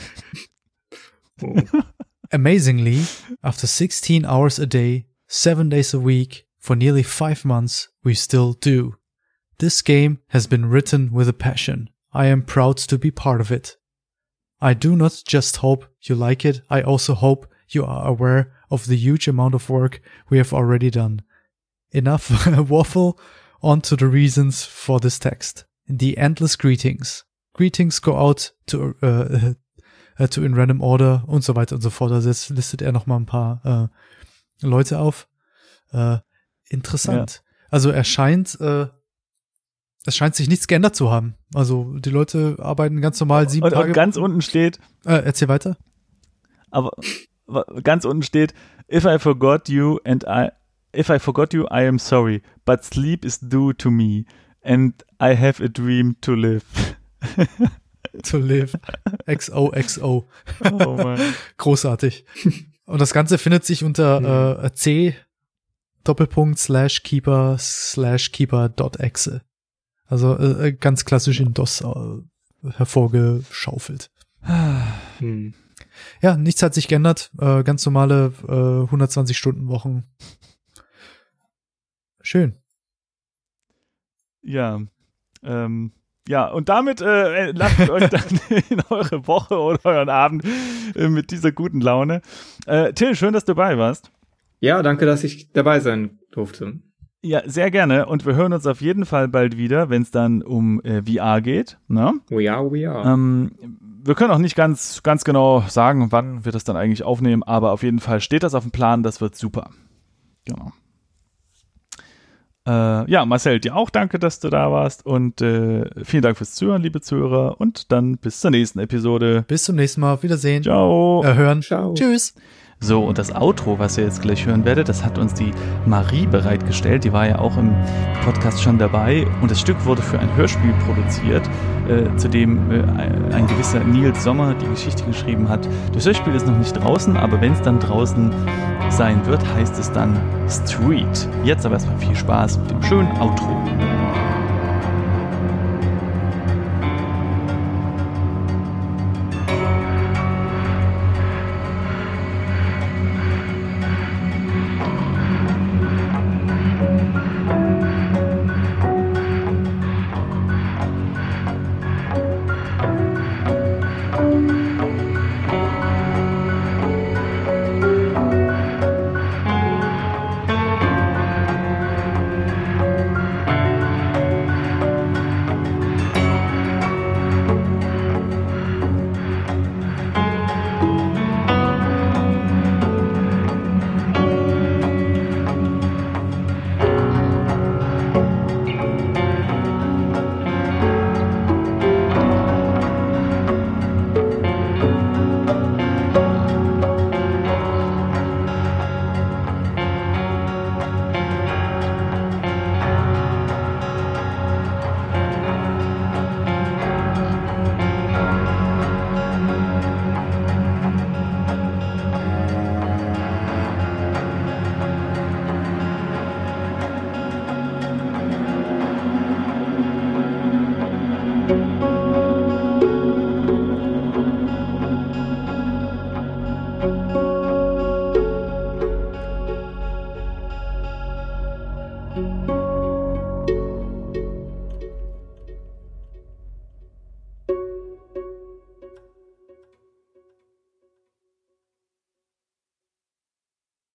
Speaker 1: Amazingly, after 16 hours a day, 7 days a week, for nearly 5 months, we still do. This game has been written with a passion. I am proud to be part of it. I do not just hope you like it, I also hope you are aware of the huge amount of work we have already done. Enough waffle, on to the reasons for this text. The endless greetings. Greetings go out to in random order und so weiter und so fort. Also jetzt listet er nochmal ein paar Leute auf. Interessant. Ja. Also es scheint sich nichts geändert zu haben. Also die Leute arbeiten ganz normal 7 Tage.
Speaker 2: Und ganz unten steht.
Speaker 1: Erzähl weiter.
Speaker 2: Aber ganz unten steht, if I forgot you, I am sorry, but sleep is due to me, and I have a dream to live.
Speaker 1: To live. XOXO.
Speaker 2: Oh Mann.
Speaker 1: Großartig. Und das Ganze findet sich unter c:/keeper/keeper.exe. Also ganz klassisch in DOS hervorgeschaufelt. Ja, nichts hat sich geändert. Ganz normale 120-Stunden-Wochen. Schön.
Speaker 2: Ja, und damit lasst euch dann in eure Woche oder euren Abend mit dieser guten Laune. Till, schön, dass du dabei warst.
Speaker 3: Ja, danke, dass ich dabei sein durfte.
Speaker 2: Ja, sehr gerne. Und wir hören uns auf jeden Fall bald wieder, wenn es dann um VR geht. Ne?
Speaker 3: We are.
Speaker 2: Wir können auch nicht ganz genau sagen, wann wir das dann eigentlich aufnehmen, aber auf jeden Fall steht das auf dem Plan, das wird super. Genau. Marcel, dir auch danke, dass du da warst und vielen Dank fürs Zuhören, liebe Zuhörer, und dann bis zur nächsten Episode.
Speaker 1: Bis zum nächsten Mal, auf Wiedersehen.
Speaker 2: Ciao.
Speaker 1: Hören.
Speaker 3: Ciao.
Speaker 1: Tschüss.
Speaker 2: So, und das Outro, was ihr jetzt gleich hören werdet, das hat uns die Marie bereitgestellt. Die war ja auch im Podcast schon dabei. Und das Stück wurde für ein Hörspiel produziert, zu dem ein gewisser Nils Sommer die Geschichte geschrieben hat. Das Hörspiel ist noch nicht draußen, aber wenn es dann draußen sein wird, heißt es dann Street. Jetzt aber erstmal viel Spaß mit dem schönen Outro.